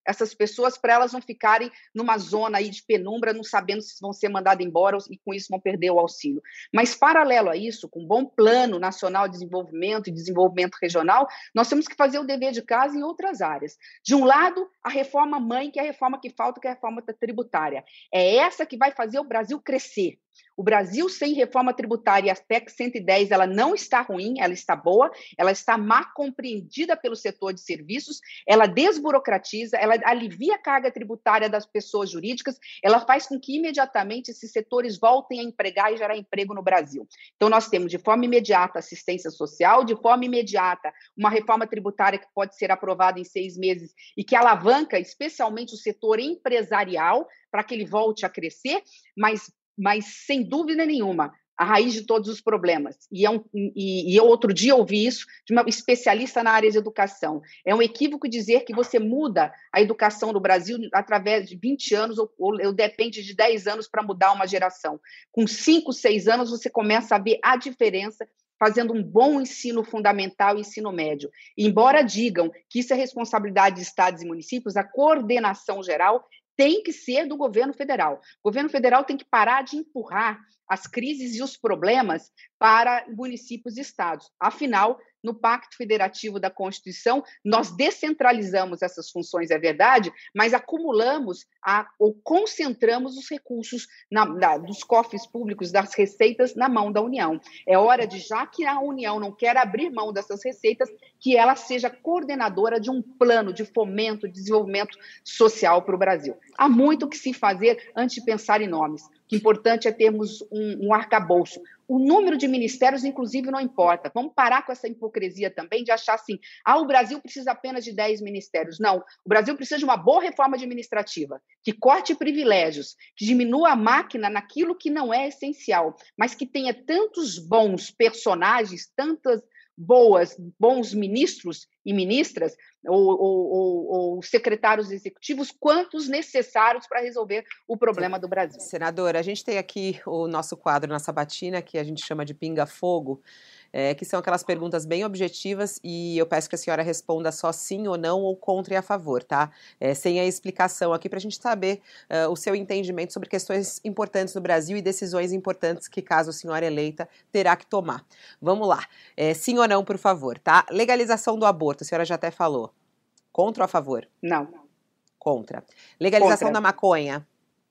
essas pessoas para elas não ficarem numa zona aí de penumbra, não sabendo se vão ser mandadas embora e com isso vão perder o auxílio. Mas, paralelo a isso, com um bom plano nacional de desenvolvimento e desenvolvimento regional, nós temos que fazer o dever de casa em outras áreas. De um lado, a reforma mãe, que é a reforma que falta, que é a reforma tributária. É essa que vai fazer o Brasil crescer. O Brasil sem reforma tributária, a P E C cento e dez, ela não está ruim, ela está boa, ela está mal compreendida pelo setor de serviços, ela desburocratiza, ela alivia a carga tributária das pessoas jurídicas, ela faz com que imediatamente esses setores voltem a empregar e gerar emprego no Brasil. Então, nós temos de forma imediata assistência social, de forma imediata uma reforma tributária que pode ser aprovada em seis meses e que alavanca especialmente o setor empresarial para que ele volte a crescer, mas mas, sem dúvida nenhuma, a raiz de todos os problemas. E, é um, e, e eu outro dia ouvi isso de uma especialista na área de educação. É um equívoco dizer que você muda a educação no Brasil através de vinte anos ou, ou, ou depende de dez anos para mudar uma geração. Com cinco, seis anos, você começa a ver a diferença fazendo um bom ensino fundamental e ensino médio. E, embora digam que isso é responsabilidade de estados e municípios, a coordenação geral tem que ser do governo federal. O governo federal tem que parar de empurrar as crises e os problemas para municípios e estados. Afinal, no Pacto Federativo da Constituição, nós descentralizamos essas funções, é verdade, mas acumulamos a, ou concentramos os recursos na, na, dos cofres públicos, das receitas, na mão da União. É hora de, já que a União não quer abrir mão dessas receitas, que ela seja coordenadora de um plano de fomento, de desenvolvimento social para o Brasil. Há muito o que se fazer antes de pensar em nomes. O importante é termos um, um arcabouço. O número de ministérios, inclusive, não importa. Vamos parar com essa hipocrisia também de achar assim, ah, o Brasil precisa apenas de dez ministérios. Não, o Brasil precisa de uma boa reforma administrativa, que corte privilégios, que diminua a máquina naquilo que não é essencial, mas que tenha tantos bons personagens, tantas boas, bons ministros e ministras, ou, ou, ou, ou secretários executivos, quantos necessários para resolver o problema do Brasil. Senadora, a gente tem aqui o nosso quadro na Sabatina, que a gente chama de Pinga-Fogo, é, que são aquelas perguntas bem objetivas e eu peço que a senhora responda só sim ou não, ou contra e a favor, tá? É, sem a explicação aqui, para a gente saber uh, o seu entendimento sobre questões importantes no Brasil e decisões importantes que, caso a senhora eleita, terá que tomar. Vamos lá. É, sim ou não, por favor, tá? Legalização do aborto, a senhora já até falou. Contra ou a favor? Não. Contra. Legalização Contra. da maconha?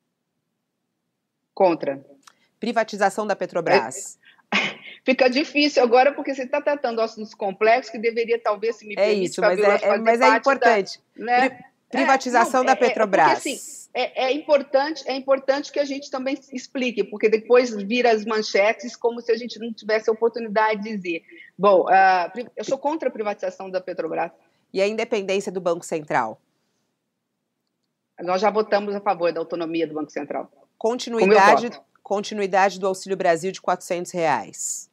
Contra. Privatização da Petrobras? É... Fica difícil agora, porque você está tratando assuntos complexos que deveria, talvez, se me permite, é isso, mas é, é, mas é importante. Da, né? Privatização é, não, da Petrobras. É, porque, assim, é, é, importante, é importante que a gente também explique, porque depois vira as manchetes como se a gente não tivesse a oportunidade de dizer. Bom, uh, eu sou contra a privatização da Petrobras. E a independência do Banco Central? Nós já votamos a favor da autonomia do Banco Central. Continuidade, continuidade do Auxílio Brasil de quatrocentos reais.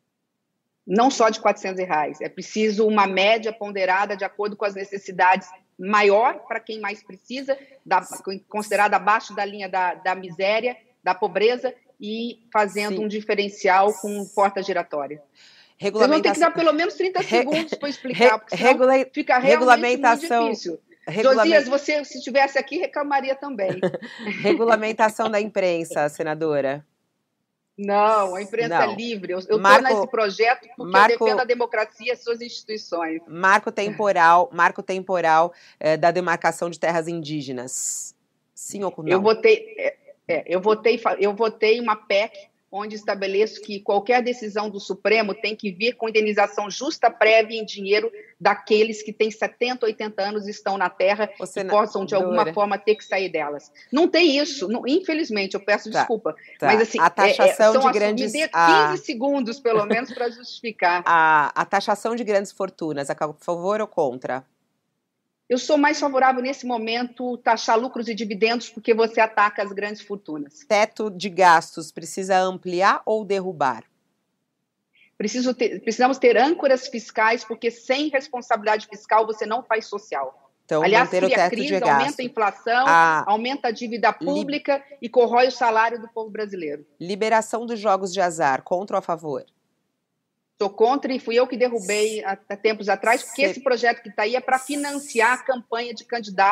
Não só de quatrocentos reais, é preciso uma média ponderada de acordo com as necessidades maior para quem mais precisa, da, considerada abaixo da linha da, da miséria, da pobreza e fazendo Sim. um diferencial com porta giratória. Vocês vão ter que dar pelo menos trinta segundos para explicar, porque senão Regula... fica realmente muito difícil. Regulament... Josias, você, se estivesse aqui, reclamaria também. Regulamentação da imprensa, senadora. Não, a imprensa Não. é livre. Eu estou Marco... nesse projeto porque Marco... eu defendo a democracia e as suas instituições. Marco temporal, marco temporal é, da demarcação de terras indígenas. Sim ou não? Eu votei, é, é, eu votei, eu votei uma P E C onde estabeleço que qualquer decisão do Supremo tem que vir com indenização justa, prévia em dinheiro daqueles que têm setenta, oitenta anos e estão na terra Você e possam, de alguma Dora. forma, ter que sair delas. Não tem isso, não, infelizmente, eu peço tá, desculpa. Tá. Mas, assim, a taxação é, é, de grandes... Me dê quinze a... segundos, pelo menos, para justificar. A, a taxação de grandes fortunas, a favor ou contra? Eu sou mais favorável, nesse momento, taxar lucros e dividendos, porque você ataca as grandes fortunas. Teto de gastos, precisa ampliar ou derrubar? Preciso ter, precisamos ter âncoras fiscais, porque sem responsabilidade fiscal você não faz social. Então, Aliás, manter o cria teto crise, de gasto. aumenta a inflação, a... aumenta a dívida pública Li... e corrói o salário do povo brasileiro. Liberação dos jogos de azar, contra ou a favor? Sou contra e fui eu que derrubei há tempos atrás, porque Cê... esse projeto que está aí é para financiar a campanha de candidatos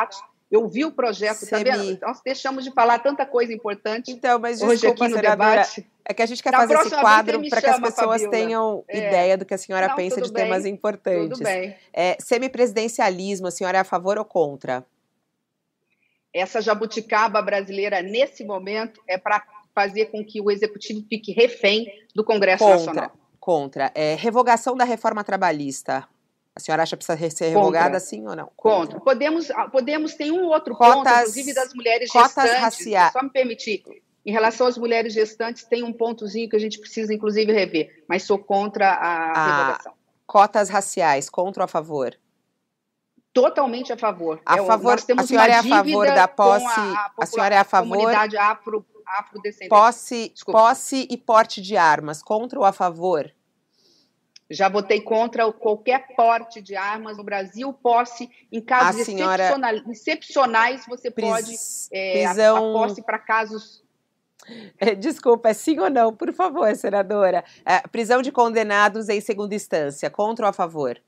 Eu vi o projeto, Semi... tá vendo? Nós deixamos de falar tanta coisa importante então, mas hoje desculpa, aqui no senadora, debate. É que a gente quer Na fazer esse quadro para que as chama, pessoas Fabiola. tenham é. ideia do que a senhora Não, pensa de bem, temas importantes. Tudo bem. É, semipresidencialismo, a senhora é a favor ou contra? Essa jabuticaba brasileira, nesse momento, é para fazer com que o Executivo fique refém do Congresso contra, Nacional. Contra. É, revogação da reforma trabalhista. A senhora acha que precisa ser revogada, contra. Sim ou não? Contra. contra. Podemos, podemos, tem um outro cotas, ponto, inclusive das mulheres cotas gestantes. Raciais. Só me permitir. Em relação às mulheres gestantes, tem um pontozinho que a gente precisa, inclusive, rever. Mas sou contra a, a revogação. Cotas raciais, contra ou a favor? Totalmente a favor. A é, favor. Nós temos a senhora uma é a favor da posse. A, a, a senhora é a favor. Comunidade afro, afrodescendente. Posse, posse e porte de armas, contra ou a favor? Já votei contra qualquer porte de armas no Brasil. Posse, em casos senhora... excepcionais, excepcionais, você Pris... pode é, prisão... a, a posse para casos. Desculpa, é sim ou não, por favor, senadora. É, prisão de condenados em segunda instância, contra ou a favor?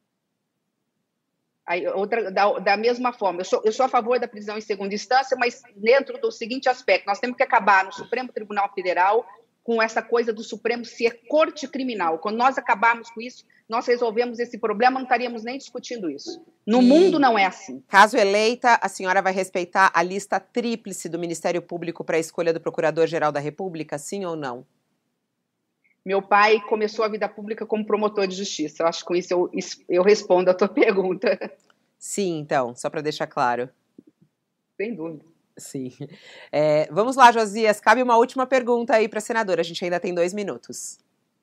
Aí, outra, da, da mesma forma, eu sou, eu sou a favor da prisão em segunda instância, mas dentro do seguinte aspecto: nós temos que acabar no Supremo Tribunal Federal com essa coisa do Supremo ser corte criminal. Quando nós acabarmos com isso, nós resolvemos esse problema, não estaríamos nem discutindo isso. No e, mundo não é assim. Caso eleita, a senhora vai respeitar a lista tríplice do Ministério Público para a escolha do Procurador-Geral da República, sim ou não? Meu pai começou a vida pública como promotor de justiça. Eu acho que com isso eu, eu respondo a tua pergunta. Sim, então, só para deixar claro. Sem dúvida. Sim. É, vamos lá, Josias. Cabe uma última pergunta aí para a senadora. A gente ainda tem dois minutos.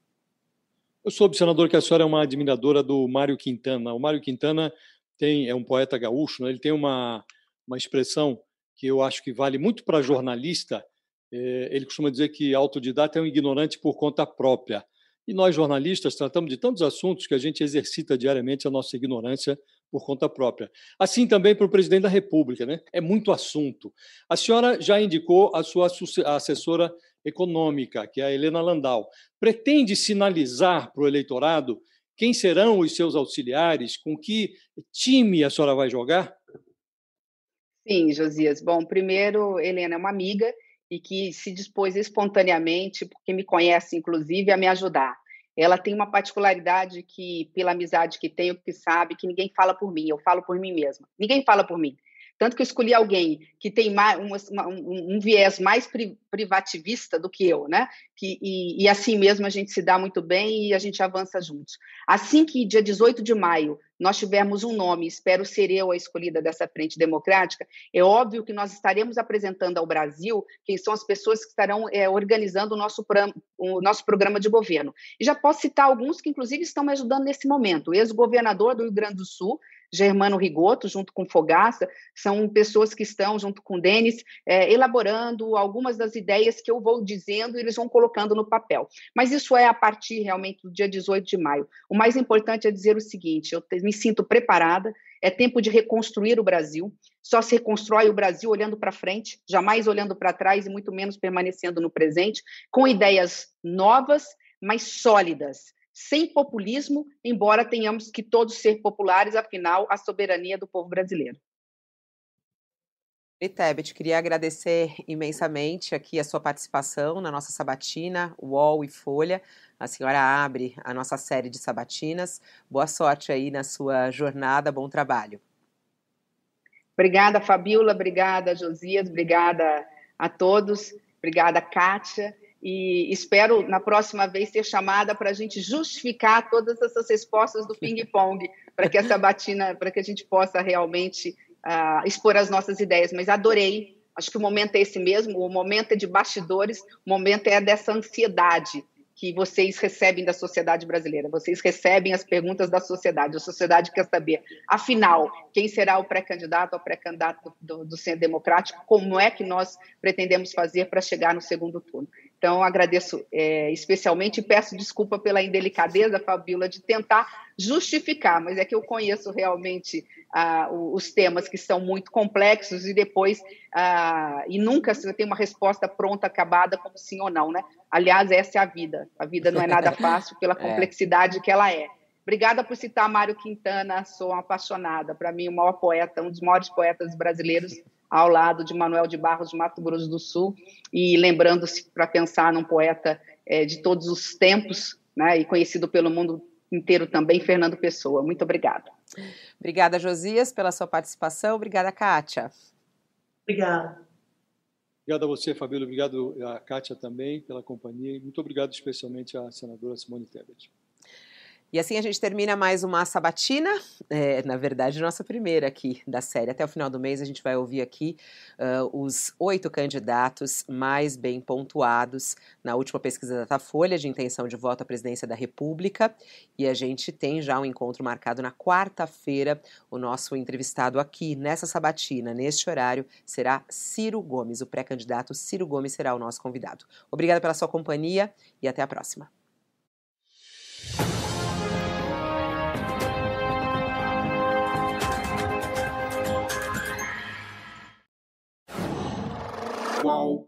Eu soube, senador, que a senhora é uma admiradora do Mário Quintana. O Mário Quintana tem, é um poeta gaúcho, né? Ele tem uma, uma expressão que eu acho que vale muito para jornalista. É, ele costuma dizer que autodidata é um ignorante por conta própria. E nós, jornalistas, tratamos de tantos assuntos que a gente exercita diariamente a nossa ignorância por conta própria. Assim também para o presidente da República, né? É muito assunto. A senhora já indicou a sua assessora econômica, que é a Helena Landau. Pretende sinalizar para o eleitorado quem serão os seus auxiliares, com que time a senhora vai jogar? Sim, Josias. Bom, primeiro, Helena é uma amiga e que se dispôs espontaneamente, porque me conhece, inclusive, a me ajudar. Ela tem uma particularidade que, pela amizade que tenho, que sabe, que ninguém fala por mim, eu falo por mim mesma. Ninguém fala por mim. Tanto que eu escolhi alguém que tem mais, uma, um, um viés mais pri, privativista do que eu, né? Que, e, e assim mesmo a gente se dá muito bem e a gente avança juntos. Assim que dia dezoito de maio nós tivermos um nome, espero ser eu a escolhida dessa frente democrática, é óbvio que nós estaremos apresentando ao Brasil quem são as pessoas que estarão é, organizando o nosso, o nosso programa de governo. E já posso citar alguns que, inclusive, estão me ajudando nesse momento. O ex-governador do Rio Grande do Sul, Germano Rigoto, junto com Fogaça, são pessoas que estão, junto com o Denis, é, elaborando algumas das ideias que eu vou dizendo e eles vão colocando no papel. Mas isso é a partir, realmente, do dia dezoito de maio. O mais importante é dizer o seguinte: eu me sinto preparada, é tempo de reconstruir o Brasil, só se reconstrói o Brasil olhando para frente, jamais olhando para trás e muito menos permanecendo no presente, com ideias novas, mas sólidas, sem populismo, embora tenhamos que todos ser populares, afinal, a soberania do povo brasileiro. Tebet, queria agradecer imensamente aqui a sua participação na nossa sabatina, U O L e Folha. A senhora abre a nossa série de sabatinas. Boa sorte aí na sua jornada, bom trabalho. Obrigada, Fabiola, obrigada, Josias, obrigada a todos, obrigada, Kátia. E espero, na próxima vez, ser chamada para a gente justificar todas essas respostas do ping-pong, para que a sabatina, para que a gente possa realmente uh, expor as nossas ideias. Mas adorei, acho que o momento é esse mesmo, o momento é de bastidores, o momento é dessa ansiedade que vocês recebem da sociedade brasileira, vocês recebem as perguntas da sociedade, a sociedade quer saber, afinal, quem será o pré-candidato ou pré-candidato do, do Centro Democrático, como é que nós pretendemos fazer para chegar no segundo turno. Então, agradeço é, especialmente e peço desculpa pela indelicadeza, Fabiola, de tentar justificar, mas é que eu conheço realmente ah, os temas que são muito complexos e depois, ah, e nunca se tem uma resposta pronta, acabada, como sim ou não, né? Aliás, essa é a vida. A vida não é nada fácil pela complexidade que ela é. Obrigada por citar Mário Quintana, sou uma apaixonada. Para mim, o maior poeta, um dos maiores poetas brasileiros, ao lado de Manuel de Barros, de Mato Grosso do Sul, e lembrando-se para pensar num poeta é, de todos os tempos, né, e conhecido pelo mundo inteiro também, Fernando Pessoa. Muito obrigada. Obrigada, Josias, pela sua participação. Obrigada, Kátia. Obrigada. Obrigado a você, Fabíola. Obrigado a Kátia também pela companhia. E muito obrigado especialmente à senadora Simone Tebet. E assim a gente termina mais uma sabatina, é, na verdade, nossa primeira aqui da série. Até o final do mês a gente vai ouvir aqui uh, os oito candidatos mais bem pontuados na última pesquisa da Datafolha de intenção de voto à presidência da República. E a gente tem já um encontro marcado na quarta-feira. O nosso entrevistado aqui nessa sabatina, neste horário, será Ciro Gomes. O pré-candidato Ciro Gomes será o nosso convidado. Obrigada pela sua companhia e até a próxima. Qual?